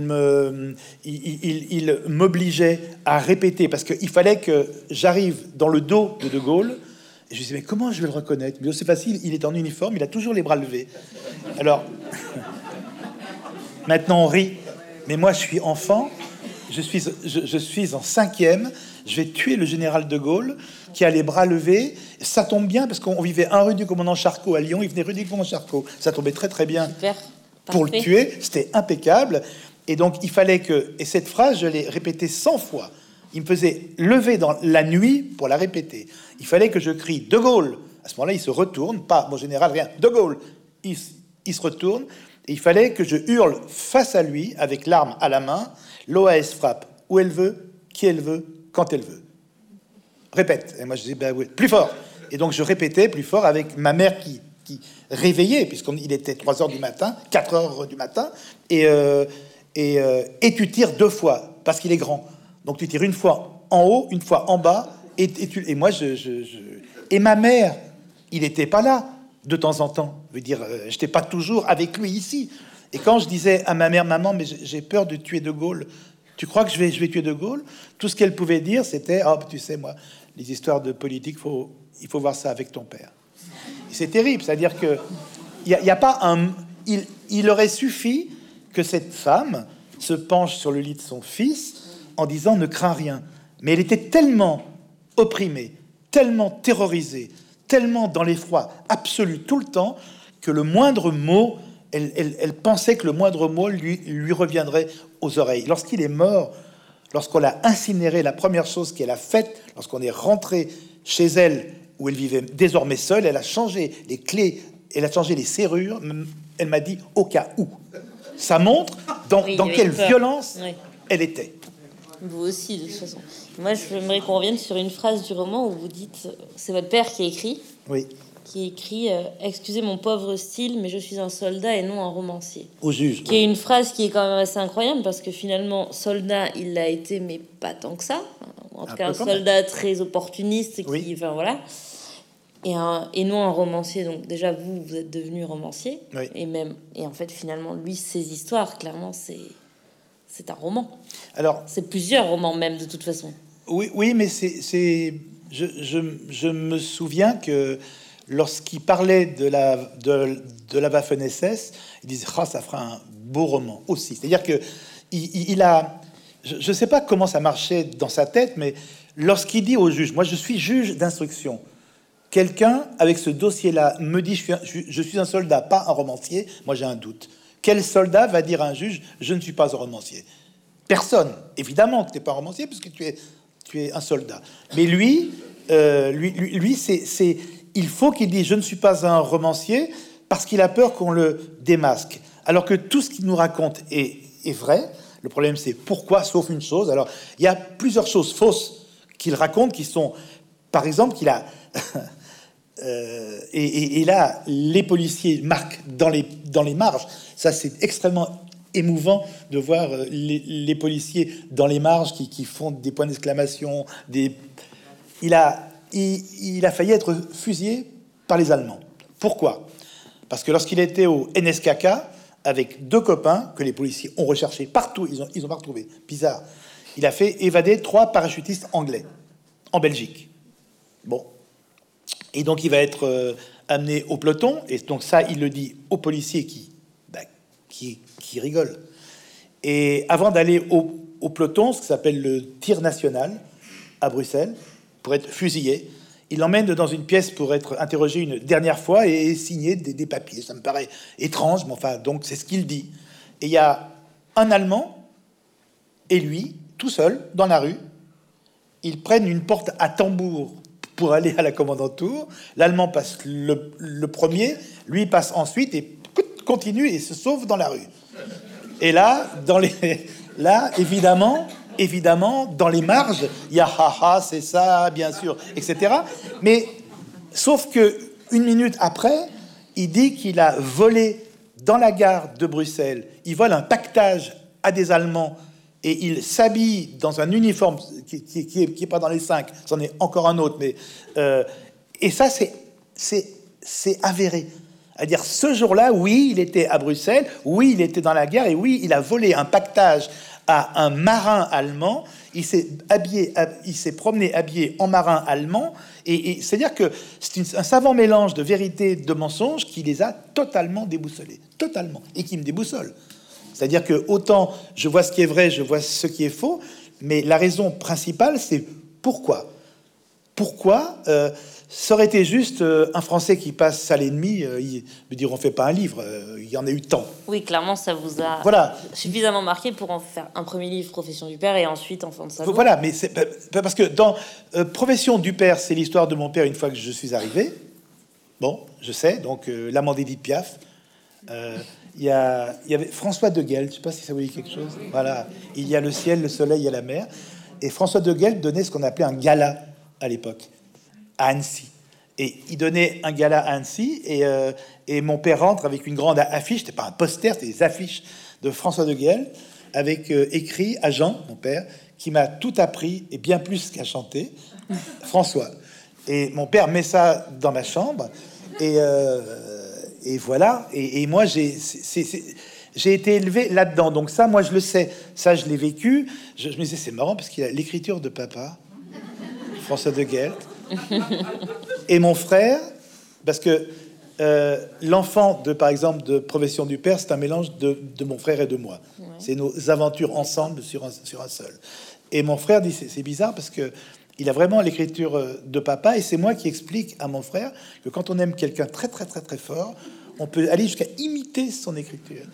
m'obligeait à répéter, parce qu'il fallait que j'arrive dans le dos de Gaulle. Et je me disais, mais comment je vais le reconnaître? Mais c'est facile, il est en uniforme, il a toujours les bras levés. Alors, maintenant on rit, mais moi je suis enfant. Je suis en 5e, je vais tuer le général de Gaulle qui a les bras levés. Ça tombe bien parce qu'on vivait 1 rue du commandant Charcot à Lyon, il venait rue du commandant Charcot. Ça tombait très très bien. Super, pour le tuer, c'était impeccable. Et donc il fallait que... Et cette phrase, je l'ai répétée 100 fois. Il me faisait lever dans la nuit pour la répéter. Il fallait que je crie De Gaulle. À ce moment-là, il se retourne, pas mon général, rien. De Gaulle. Il se retourne. Et il fallait que je hurle face à lui, avec l'arme à la main. L'OAS frappe où elle veut, qui elle veut, quand elle veut. Répète. Et moi, je disais, ben oui, plus fort. Et donc, je répétais plus fort avec ma mère qui réveillait, puisqu'il était 3 heures du matin, 4 heures du matin. Et tu tires 2 fois, parce qu'il est grand. Donc tu tires une fois en haut, une fois en bas, et moi, et ma mère, il n'était pas là de temps en temps. Je veux dire, je n'étais pas toujours avec lui ici. Et quand je disais à ma mère, maman, mais j'ai peur de tuer De Gaulle, tu crois que je vais tuer De Gaulle? Tout ce qu'elle pouvait dire, c'était, oh, tu sais, moi, les histoires de politique, il faut voir ça avec ton père. C'est terrible, c'est-à-dire que il y a pas un, il aurait suffi que cette femme se penche sur le lit de son fils en disant ne crains rien. Mais elle était tellement opprimée, tellement terrorisée, tellement dans l'effroi absolu tout le temps que le moindre mot, elle pensait que le moindre mot lui reviendrait aux oreilles. Lorsqu'il est mort, lorsqu'on l'a incinéré, la première chose qu'elle a faite, lorsqu'on est rentré chez elle, où elle vivait désormais seule, elle a changé les clés, elle a changé les serrures. Elle m'a dit au cas où. Ça montre dans quelle violence elle était. Vous aussi, de toute façon. Moi, j'aimerais qu'on revienne sur une phrase du roman où vous dites, c'est votre père qui écrit. Oui. Qui écrit excusez mon pauvre style, mais je suis un soldat et non un romancier. Au juge. Qui est une phrase qui est quand même assez incroyable parce que finalement, soldat, il l'a été, mais pas tant que ça. En tout cas, un soldat très opportuniste qui, oui. Enfin voilà. Et non un romancier. Donc déjà, vous êtes devenu romancier. Oui. Et en fait, finalement, lui, ses histoires, clairement, c'est un roman. Alors, c'est plusieurs romans même, de toute façon. Oui, mais je me souviens que lorsqu'il parlait de la Waffen-SS, il disait ça fera un beau roman aussi. C'est-à-dire que il a, je ne sais pas comment ça marchait dans sa tête, mais lorsqu'il dit au juge, moi je suis juge d'instruction, quelqu'un avec ce dossier-là me dit je suis un soldat, pas un romancier, moi j'ai un doute. Quel soldat va dire à un juge je ne suis pas un romancier? Personne. Évidemment que tu n'es pas un romancier puisque tu es un soldat. Mais lui, c'est il faut qu'il dise je ne suis pas un romancier parce qu'il a peur qu'on le démasque. Alors que tout ce qu'il nous raconte est vrai. Le problème, c'est pourquoi, sauf une chose. Alors, il y a plusieurs choses fausses qu'il raconte qui sont, par exemple, qu'il a... et là, les policiers marquent dans les marges. Ça, c'est extrêmement émouvant de voir les policiers dans les marges qui font des points d'exclamation. Il a failli être fusillé par les Allemands. Pourquoi? Parce que lorsqu'il était au NSKK, avec deux copains que les policiers ont recherchés partout, ils ont pas retrouvé. Bizarre. Il a fait évader 3 parachutistes anglais en Belgique. Bon. Et donc, il va être amené au peloton. Et donc, ça, il le dit aux policiers qui rigolent. Et avant d'aller au peloton, ce qui s'appelle le tir national, à Bruxelles, pour être fusillé, il l'emmène dans une pièce pour être interrogé une dernière fois et signer des papiers. Ça me paraît étrange, mais enfin, donc, c'est ce qu'il dit. Et il y a un Allemand et lui, tout seul, dans la rue. Ils prennent une porte à tambour pour aller à la Kommandantur. L'Allemand passe le premier, lui passe ensuite et continue et se sauve dans la rue. Et là, évidemment, dans les marges, il y a haha, c'est ça, bien sûr, etc. Mais sauf que 1 minute après, il dit qu'il a volé dans la gare de Bruxelles. Il vole un pactage à des Allemands et il s'habille dans un uniforme qui est pas dans les 5. C'en est encore un autre, mais et ça c'est avéré. C'est-à-dire, ce jour-là, oui, il était à Bruxelles, oui, il était dans la gare, et oui, il a volé un pactage à un marin allemand. Il s'est promené habillé en marin allemand, et c'est-à-dire que c'est un savant mélange de vérité et de mensonge qui les a totalement déboussolés, totalement, et qui me déboussole. C'est-à-dire que autant je vois ce qui est vrai, je vois ce qui est faux, mais la raison principale, c'est pourquoi. Pourquoi ça aurait été juste un Français qui passe à l'ennemi, il me dire on fait pas un livre, il y en a eu tant. Oui, clairement, ça vous a suffisamment marqué pour en faire un premier livre, Profession du père, et ensuite Enfant de salaud. Voilà, mais c'est parce que dans Profession du père, c'est l'histoire de mon père une fois que je suis arrivé. Bon, je sais, donc l'amant d'Édith Piaf. Il y avait François de Guel, je sais pas si ça vous dit quelque chose. Voilà, il y a le ciel, le soleil et la mer. Et François de Guel donnait ce qu'on appelait un gala à l'époque, à Annecy. Et il donnait un gala à Annecy, et mon père rentre avec une grande affiche, c'était pas un poster, c'était des affiches de François de Guel, avec écrit à Jean, mon père, qui m'a tout appris, et bien plus qu'à chanter, François. Et mon père met ça dans ma chambre, et voilà. Et moi, j'ai été élevé là-dedans. Donc ça, moi, je le sais. Ça, je l'ai vécu. Je me disais, c'est marrant, parce qu'il a l'écriture de papa, François de Guelt, et mon frère, parce que l'enfant, par exemple, de Profession du Père, c'est un mélange de mon frère et de moi. Ouais. C'est nos aventures ensemble sur un seul. Et mon frère dit, c'est bizarre, parce que il a vraiment l'écriture de papa, et c'est moi qui explique à mon frère que quand on aime quelqu'un très, très, très, très fort, on peut aller jusqu'à imiter son écriture.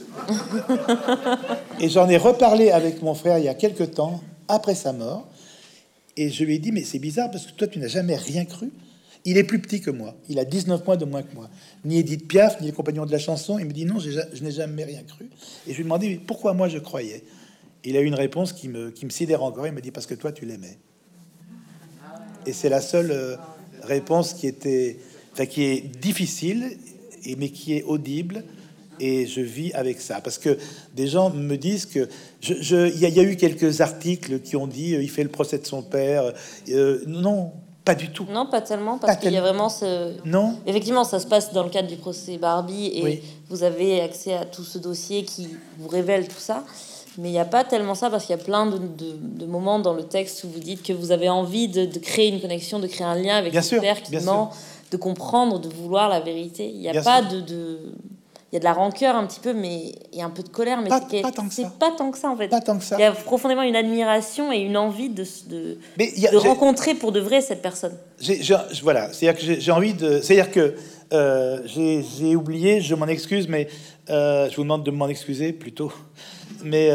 Et j'en ai reparlé avec mon frère il y a quelque temps, après sa mort, et je lui ai dit, mais c'est bizarre, parce que toi, tu n'as jamais rien cru. Il est plus petit que moi. Il a 19 mois de moins que moi. Ni Édith Piaf, ni les Compagnons de la Chanson. Il me dit, non, je n'ai jamais rien cru. Et je lui ai demandé, mais pourquoi moi je croyais? Il a eu une réponse qui me sidère encore. Il m'a dit, parce que toi, tu l'aimais. Et c'est la seule réponse qui est difficile, mais qui est audible. Et je vis avec ça, parce que des gens me disent que il y a eu quelques articles qui ont dit il fait le procès de son père. Non, pas du tout. Non, pas tellement, parce qu'il y a vraiment Non. Effectivement, ça se passe dans le cadre du procès Barbie, et oui, vous avez accès à tout ce dossier qui vous révèle tout ça. Mais il n'y a pas tellement ça, parce qu'il y a plein de moments dans le texte où vous dites que vous avez envie de créer une connexion, de créer un lien avec le père qui ment, de comprendre, de vouloir la vérité. Il n'y a pas il y a de la rancœur un petit peu, mais il y a un peu de colère, mais c'est pas tant que ça en fait. Pas tant que ça. Il y a profondément une admiration et une envie de rencontrer pour de vrai cette personne. Voilà, c'est-à-dire que j'ai envie de... C'est-à-dire que j'ai oublié, je m'en excuse, mais je vous demande de m'en excuser plutôt. Mais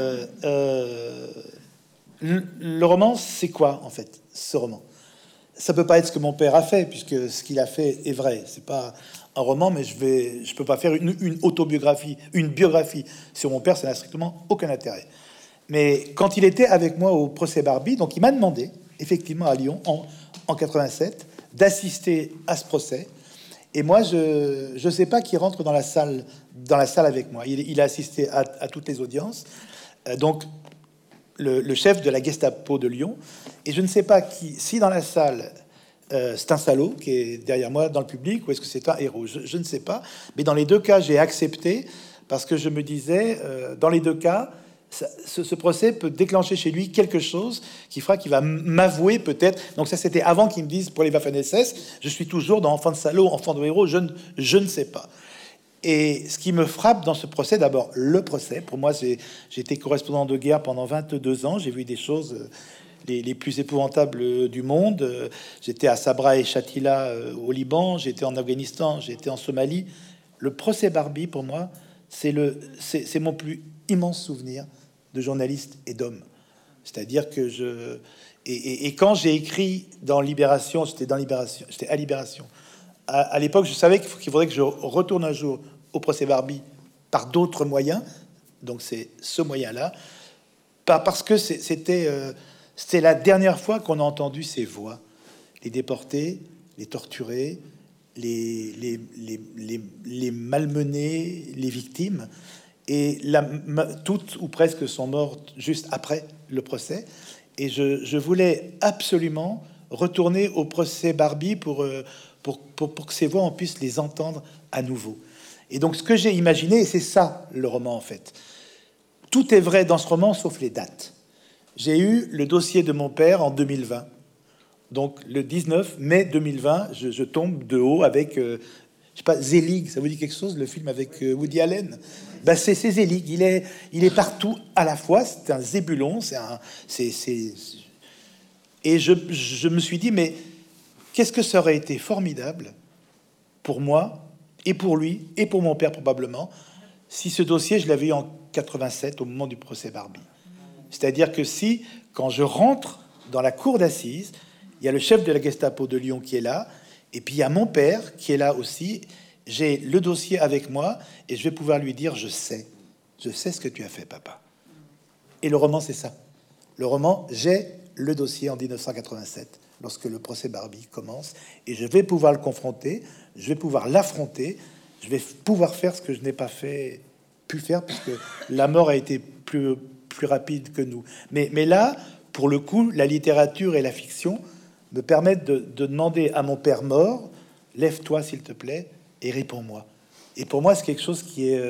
le roman, c'est quoi en fait, ce roman? Ça peut pas être ce que mon père a fait, puisque ce qu'il a fait est vrai. C'est pas un roman, mais je peux pas faire une autobiographie, une biographie sur mon père, ça n'a strictement aucun intérêt. Mais quand il était avec moi au procès Barbie, donc il m'a demandé, effectivement à Lyon, en 87, d'assister à ce procès. Et moi, je sais pas qui rentre dans la salle avec moi. Il a assisté à toutes les audiences. Donc, le chef de la Gestapo de Lyon. Et je ne sais pas si dans la salle... c'est un salaud qui est derrière moi dans le public, ou est-ce que c'est un héros, je ne sais pas. Mais dans les deux cas, j'ai accepté, parce que je me disais, dans les deux cas, ce procès peut déclencher chez lui quelque chose qui fera qu'il va m'avouer peut-être. Donc ça, c'était avant qu'il me dise pour les Waffen-SS, je suis toujours dans enfant de salaud, enfant de héros, je ne sais pas. Et ce qui me frappe dans ce procès, d'abord le procès. Pour moi, j'ai été correspondant de guerre pendant 22 ans, j'ai vu des choses... les plus épouvantables du monde. J'étais à Sabra et Shatila au Liban, j'étais en Afghanistan, j'étais en Somalie. Le procès Barbie, pour moi, c'est mon plus immense souvenir de journaliste et d'homme. C'est-à-dire que et quand j'ai écrit dans Libération, j'étais à Libération. À l'époque, je savais qu'il faudrait que je retourne un jour au procès Barbie par d'autres moyens. Donc c'est ce moyen-là, parce que c'était la dernière fois qu'on a entendu ces voix, les déportés, les torturés, les malmenés, les victimes, et toutes ou presque sont mortes juste après le procès. Et je voulais absolument retourner au procès Barbie pour que ces voix, on puisse les entendre à nouveau. Et donc ce que j'ai imaginé, et c'est ça le roman en fait, tout est vrai dans ce roman sauf les dates. J'ai eu le dossier de mon père en 2020. Donc, le 19 mai 2020, je tombe de haut avec, je sais pas, Zelig. Ça vous dit quelque chose, le film avec Woody Allen? Ben, c'est Zelig. Il est partout à la fois. C'est un zébulon. Et je me suis dit, mais qu'est-ce que ça aurait été formidable pour moi, et pour lui, et pour mon père probablement, si ce dossier, je l'avais eu en 87, au moment du procès Barbie. C'est-à-dire que si, quand je rentre dans la cour d'assises, il y a le chef de la Gestapo de Lyon qui est là, et puis il y a mon père qui est là aussi, j'ai le dossier avec moi, et je vais pouvoir lui dire, je sais ce que tu as fait, papa. Et le roman, c'est ça. Le roman, j'ai le dossier en 1987, lorsque le procès Barbie commence, et je vais pouvoir le confronter, je vais pouvoir l'affronter, je vais pouvoir faire ce que je n'ai pas pu faire, puisque la mort a été plus plus rapide que nous. Mais là, pour le coup, la littérature et la fiction me permettent de demander à mon père mort, lève-toi s'il te plaît et réponds-moi. Et pour moi, c'est quelque chose qui est...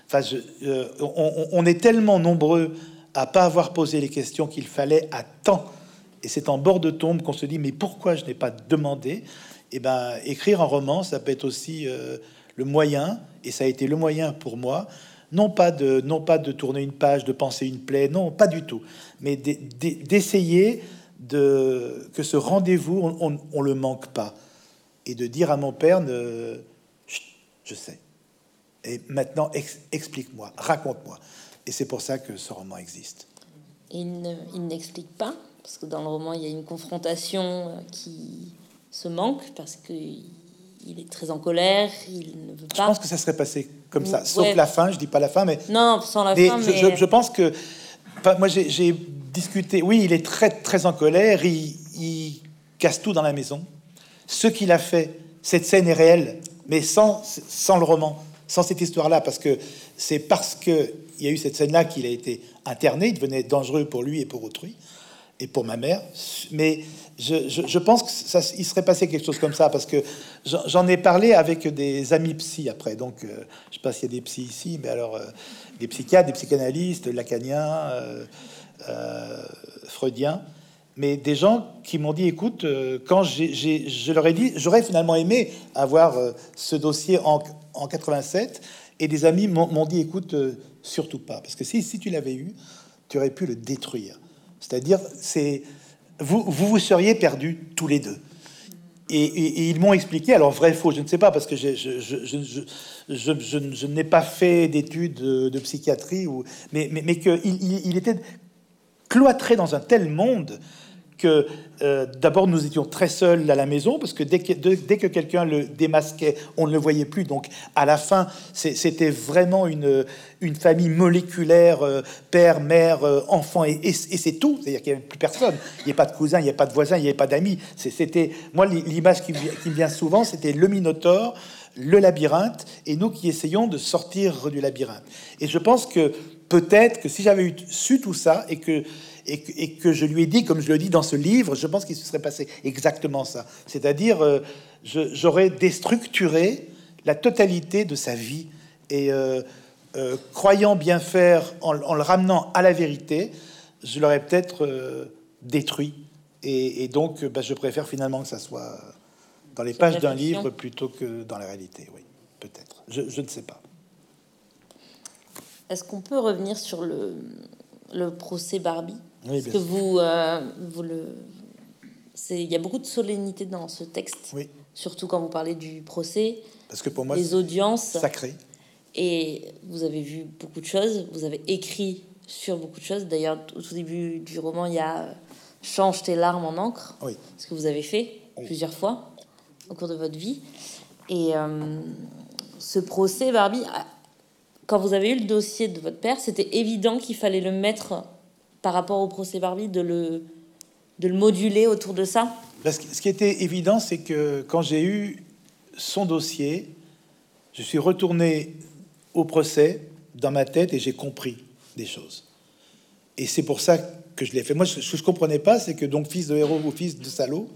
on est tellement nombreux à pas avoir posé les questions qu'il fallait à temps. Et c'est en bord de tombe qu'on se dit, mais pourquoi je n'ai pas demandé? Et ben, écrire un roman, ça peut être aussi le moyen, et ça a été le moyen pour moi, non pas de tourner une page, de penser une plaie, non, pas du tout, mais d'essayer que ce rendez-vous, on le manque pas, et de dire à mon père, Chut, je sais, et maintenant explique-moi, raconte-moi. Et c'est pour ça que ce roman existe. Il n'explique pas, parce que dans le roman, il y a une confrontation qui se manque, parce qu'il est très en colère, il ne veut pas. Je pense que ça serait passé comme ça, sauf la fin, je dis pas la fin, mais... Non, sans la fin, mais... Je pense que... Moi, j'ai discuté... Oui, il est très, très en colère, il casse tout dans la maison. Ce qu'il a fait, cette scène est réelle, mais sans le roman, sans cette histoire-là, parce que c'est parce que il y a eu cette scène-là qu'il a été interné, il devenait dangereux pour lui et pour autrui, et pour ma mère. Mais je pense que il serait passé quelque chose comme ça, parce que j'en ai parlé avec des amis psy après. Donc, je sais pas s'il y a des psys ici, mais alors, des psychiatres, des psychanalystes, lacaniens, freudiens, mais des gens qui m'ont dit, écoute, quand je leur ai dit, j'aurais finalement aimé avoir ce dossier en 87, et des amis m'ont dit, écoute, surtout pas, parce que si tu l'avais eu, tu aurais pu le détruire. C'est-à-dire, vous seriez perdus tous les deux. Et ils m'ont expliqué, alors vrai faux, je ne sais pas, parce que je n'ai pas fait d'études de psychiatrie, mais qu'il était cloîtré dans un tel monde que d'abord nous étions très seuls à la maison, parce que dès que quelqu'un le démasquait, on ne le voyait plus. Donc à la fin, c'était vraiment une famille moléculaire, père, mère, enfant, et c'est tout. C'est-à-dire qu'il n'y avait plus personne. Il n'y a pas de cousins, il n'y a pas de voisins, il n'y avait pas d'amis. C'était moi, l'image qui me vient souvent, c'était le Minotaure, le labyrinthe, et nous qui essayons de sortir du labyrinthe. Et je pense que peut-être que si j'avais su tout ça, et que je lui ai dit, comme je le dis dans ce livre, je pense qu'il se serait passé exactement ça. C'est-à-dire, j'aurais déstructuré la totalité de sa vie, et croyant bien faire en le ramenant à la vérité, je l'aurais peut-être détruit. Et donc, je préfère finalement que ça soit dans les pages d'un livre plutôt que dans la réalité. Oui, peut-être. Je ne sais pas. Est-ce qu'on peut revenir sur le procès Barbie? Oui, parce que il y a beaucoup de solennité dans ce texte, oui. Surtout quand vous parlez du procès, parce que pour moi, les audiences sacré. Et vous avez vu beaucoup de choses, vous avez écrit sur beaucoup de choses. D'ailleurs, au tout début du roman, il y a change tes larmes en encre, oui. Ce que vous avez fait plusieurs fois au cours de votre vie. Et ce procès Barbie, quand vous avez eu le dossier de votre père, c'était évident qu'il fallait le mettre par rapport au procès Barbie, de le moduler autour de ça. Ce qui était évident, c'est que quand j'ai eu son dossier, je suis retourné au procès dans ma tête et j'ai compris des choses. Et c'est pour ça que je l'ai fait. Moi, ce que je comprenais pas, c'est que donc fils de héros ou fils de salaud,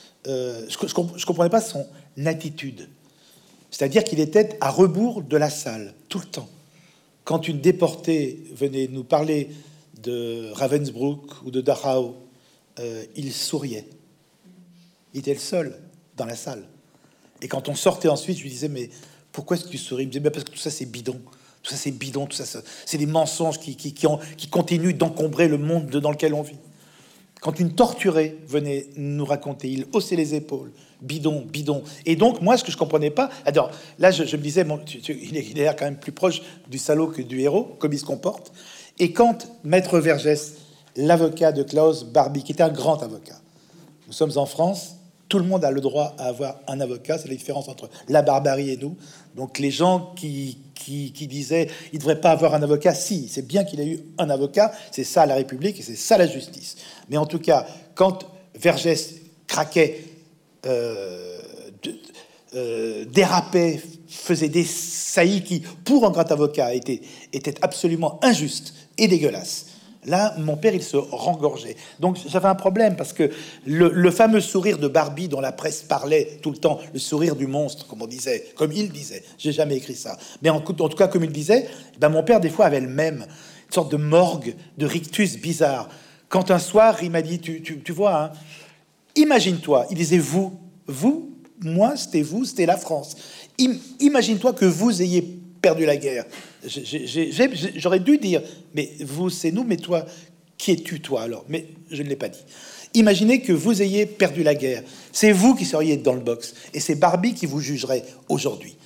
je comprenais pas son attitude. C'est-à-dire qu'il était à rebours de la salle tout le temps. Quand une déportée venait nous parler de Ravensbrück ou de Dachau, il souriait. Il était le seul dans la salle. Et quand on sortait ensuite, je lui disais, mais pourquoi est-ce que tu souris? Il me disait, parce que tout ça c'est bidon. Tout ça c'est bidon, tout ça c'est des mensonges qui continuent d'encombrer le monde dans lequel on vit. Quand une torturée venait nous raconter, il haussait les épaules. Bidon, bidon. Et donc, moi, ce que je comprenais pas... Alors, là, je me disais, il est quand même plus proche du salaud que du héros, comme il se comporte. Et quand Maître Vergès, l'avocat de Klaus Barbie, qui était un grand avocat, nous sommes en France, tout le monde a le droit à avoir un avocat, c'est la différence entre la barbarie et nous. Donc, les gens qui disaient il ne devrait pas avoir un avocat, si, c'est bien qu'il ait eu un avocat, c'est ça la République et c'est ça la justice. Mais en tout cas, quand Vergès craquait, dérapait, faisait des saillie qui, pour un grand avocat, était absolument injuste et dégueulasse. Là, mon père, il se rengorgeait. Donc, j'avais un problème parce que le fameux sourire de Barbie dont la presse parlait tout le temps, le sourire du monstre, comme on disait, comme il disait. J'ai jamais écrit ça. Mais en tout cas, comme il disait, ben, mon père, des fois, avait le même, une sorte de morgue, de rictus bizarre. Quand un soir, il m'a dit, tu vois, hein, imagine-toi, il disait vous, moi, c'était vous, c'était la France. Imagine-toi que vous ayez perdu la guerre. J'aurais dû dire, mais vous, c'est nous, mais toi, qui es-tu, toi, alors? Mais je ne l'ai pas dit. Imaginez que vous ayez perdu la guerre. C'est vous qui seriez dans le box. Et c'est Barbie qui vous jugerait aujourd'hui.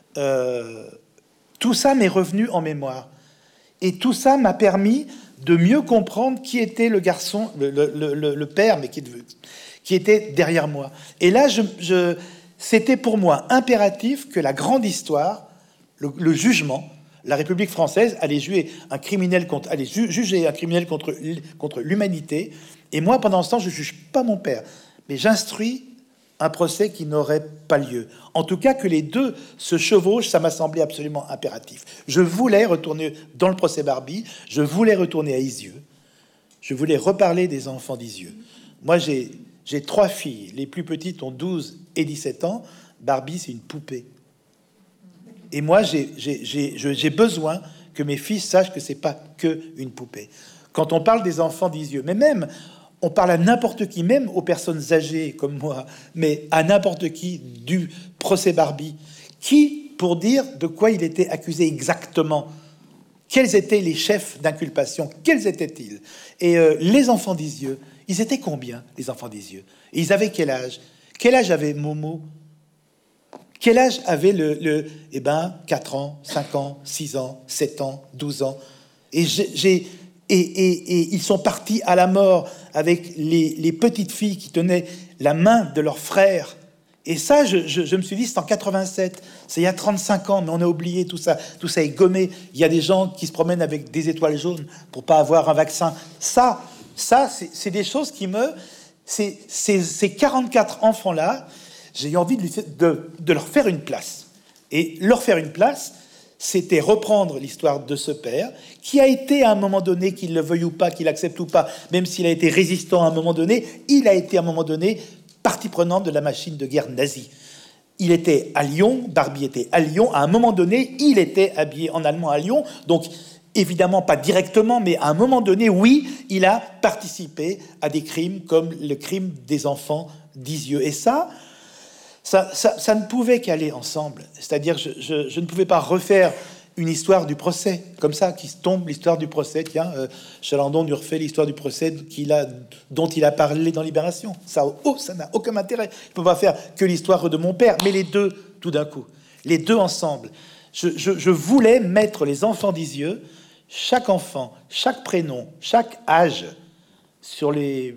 Tout ça m'est revenu en mémoire. Et tout ça m'a permis de mieux comprendre qui était le garçon, le père, mais qui était derrière moi. Et là, c'était pour moi impératif que la grande histoire, le jugement, la République française allait juger un criminel contre l'humanité. Et moi, pendant ce temps, je ne juge pas mon père, mais j'instruis un procès qui n'aurait pas lieu. En tout cas, que les deux se chevauchent, ça m'a semblé absolument impératif. Je voulais retourner dans le procès Barbie, je voulais retourner à Isieux, je voulais reparler des enfants d'Isieux. Moi, j'ai 3 filles, les plus petites ont 12 et 17 ans, Barbie, c'est une poupée. Et moi, j'ai besoin que mes fils sachent que c'est pas que une poupée. Quand on parle des enfants d'Isieux, mais même, on parle à n'importe qui, même aux personnes âgées comme moi, mais à n'importe qui du procès Barbie, qui, pour dire de quoi il était accusé exactement, quels étaient les chefs d'inculpation, quels étaient-ils? Et les enfants d'Isieux, ils étaient combien, les enfants d'Isieux? Et ils avaient quel âge? Quel âge avait Momo? Quel âge avait 4 ans, 5 ans, 6 ans, 7 ans, 12 ans? Et ils sont partis à la mort avec les petites filles qui tenaient la main de leur frère. Et ça, je me suis dit, c'est en 87, c'est il y a 35 ans, mais on a oublié tout ça est gommé. Il y a des gens qui se promènent avec des étoiles jaunes pour pas avoir un vaccin. Ça, c'est des choses qui ces 44 enfants-là, j'ai eu envie de leur faire une place. Et leur faire une place, c'était reprendre l'histoire de ce père, qui a été à un moment donné, qu'il le veuille ou pas, qu'il accepte ou pas, même s'il a été résistant à un moment donné, il a été à un moment donné partie prenante de la machine de guerre nazie. Il était à Lyon, Barbie était à Lyon, à un moment donné, il était habillé en allemand à Lyon, donc évidemment pas directement, mais à un moment donné, oui, il a participé à des crimes comme le crime des enfants d'Isieux. Et ça ne pouvait qu'aller ensemble. C'est-à-dire, je ne pouvais pas refaire une histoire du procès, comme ça, qui tombe l'histoire du procès. Tiens, Chalandon nous refait l'histoire du procès dont il a parlé dans Libération. Ça n'a aucun intérêt. Je ne peux pas faire que l'histoire de mon père, mais les deux, tout d'un coup. Les deux ensemble. Je voulais mettre les enfants d'Isieux, chaque enfant, chaque prénom, chaque âge, sur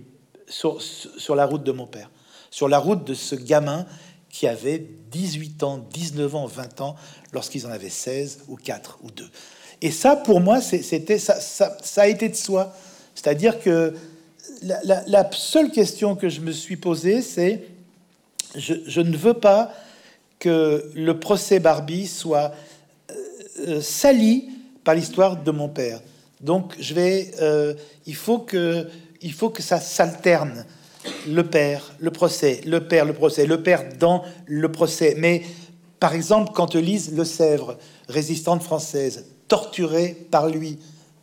la route de mon père. Sur la route de ce gamin qui avait 18 ans, 19 ans, 20 ans, lorsqu'ils en avaient 16 ou 4 ou 2. Et ça, pour moi, ça a été de soi. C'est-à-dire que la seule question que je me suis posée, c'est je ne veux pas que le procès Barbie soit sali par l'histoire de mon père. Donc, il faut que ça s'alterne. Le père, le procès, le père, le procès, le père dans le procès. Mais, par exemple, quand Lise Le Sèvre, résistante française, torturée par lui,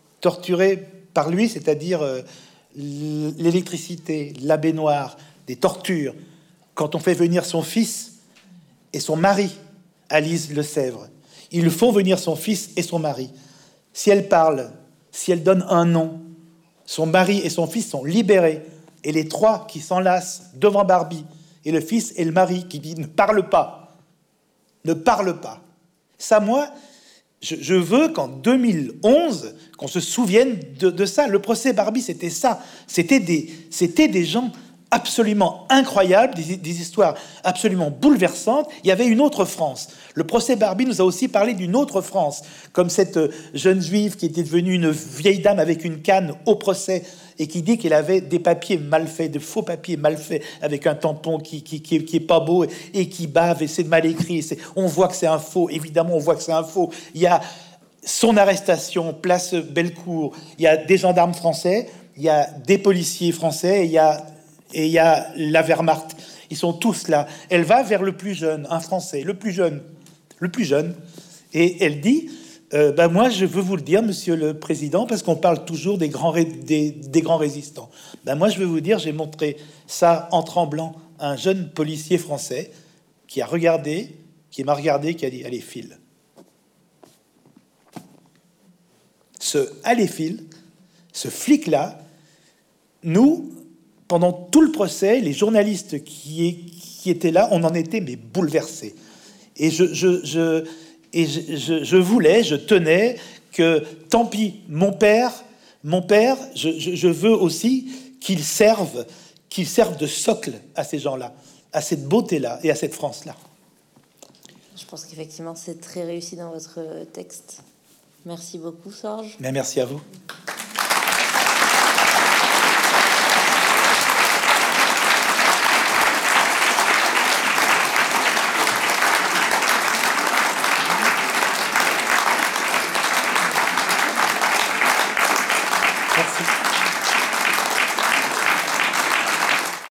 c'est-à-dire l'électricité, la baignoire, des tortures, quand on fait venir son fils et son mari à Lise Le Sèvre, ils font venir son fils et son mari. Si elle parle, si elle donne un nom, son mari et son fils sont libérés. Et les 3 qui s'enlacent devant Barbie, et le fils et le mari qui disent « ne parle pas ». Ne parle pas. Ça, moi, je veux qu'en 2011, qu'on se souvienne de ça. Le procès Barbie, c'était ça. C'était des gens absolument incroyables, des histoires absolument bouleversantes. Il y avait une autre France. Le procès Barbie nous a aussi parlé d'une autre France, comme cette jeune juive qui était devenue une vieille dame avec une canne au procès et qui dit qu'elle avait des papiers mal faits, de faux papiers mal faits, avec un tampon qui est pas beau et qui bave, et c'est mal écrit. On voit que c'est un faux, évidemment, on voit que c'est un faux. Il y a son arrestation, place Bellecour, il y a des gendarmes français, il y a des policiers français, et il y a la Wehrmacht. Ils sont tous là. Elle va vers le plus jeune, un Français, le plus jeune, et elle dit... moi, je veux vous le dire, Monsieur le Président, parce qu'on parle toujours des grands résistants. Moi, je veux vous dire, j'ai montré ça en tremblant à un jeune policier français qui m'a regardé, qui a dit « Allez, file ». Ce « Allez, file », ce flic-là, nous, pendant tout le procès, les journalistes qui étaient là, on en était mais bouleversés. Et je tenais que, tant pis, mon père, je veux aussi qu'il serve de socle à ces gens-là, à cette beauté-là et à cette France-là. Je pense qu'effectivement, c'est très réussi dans votre texte. Merci beaucoup, Sorge. Mais merci à vous.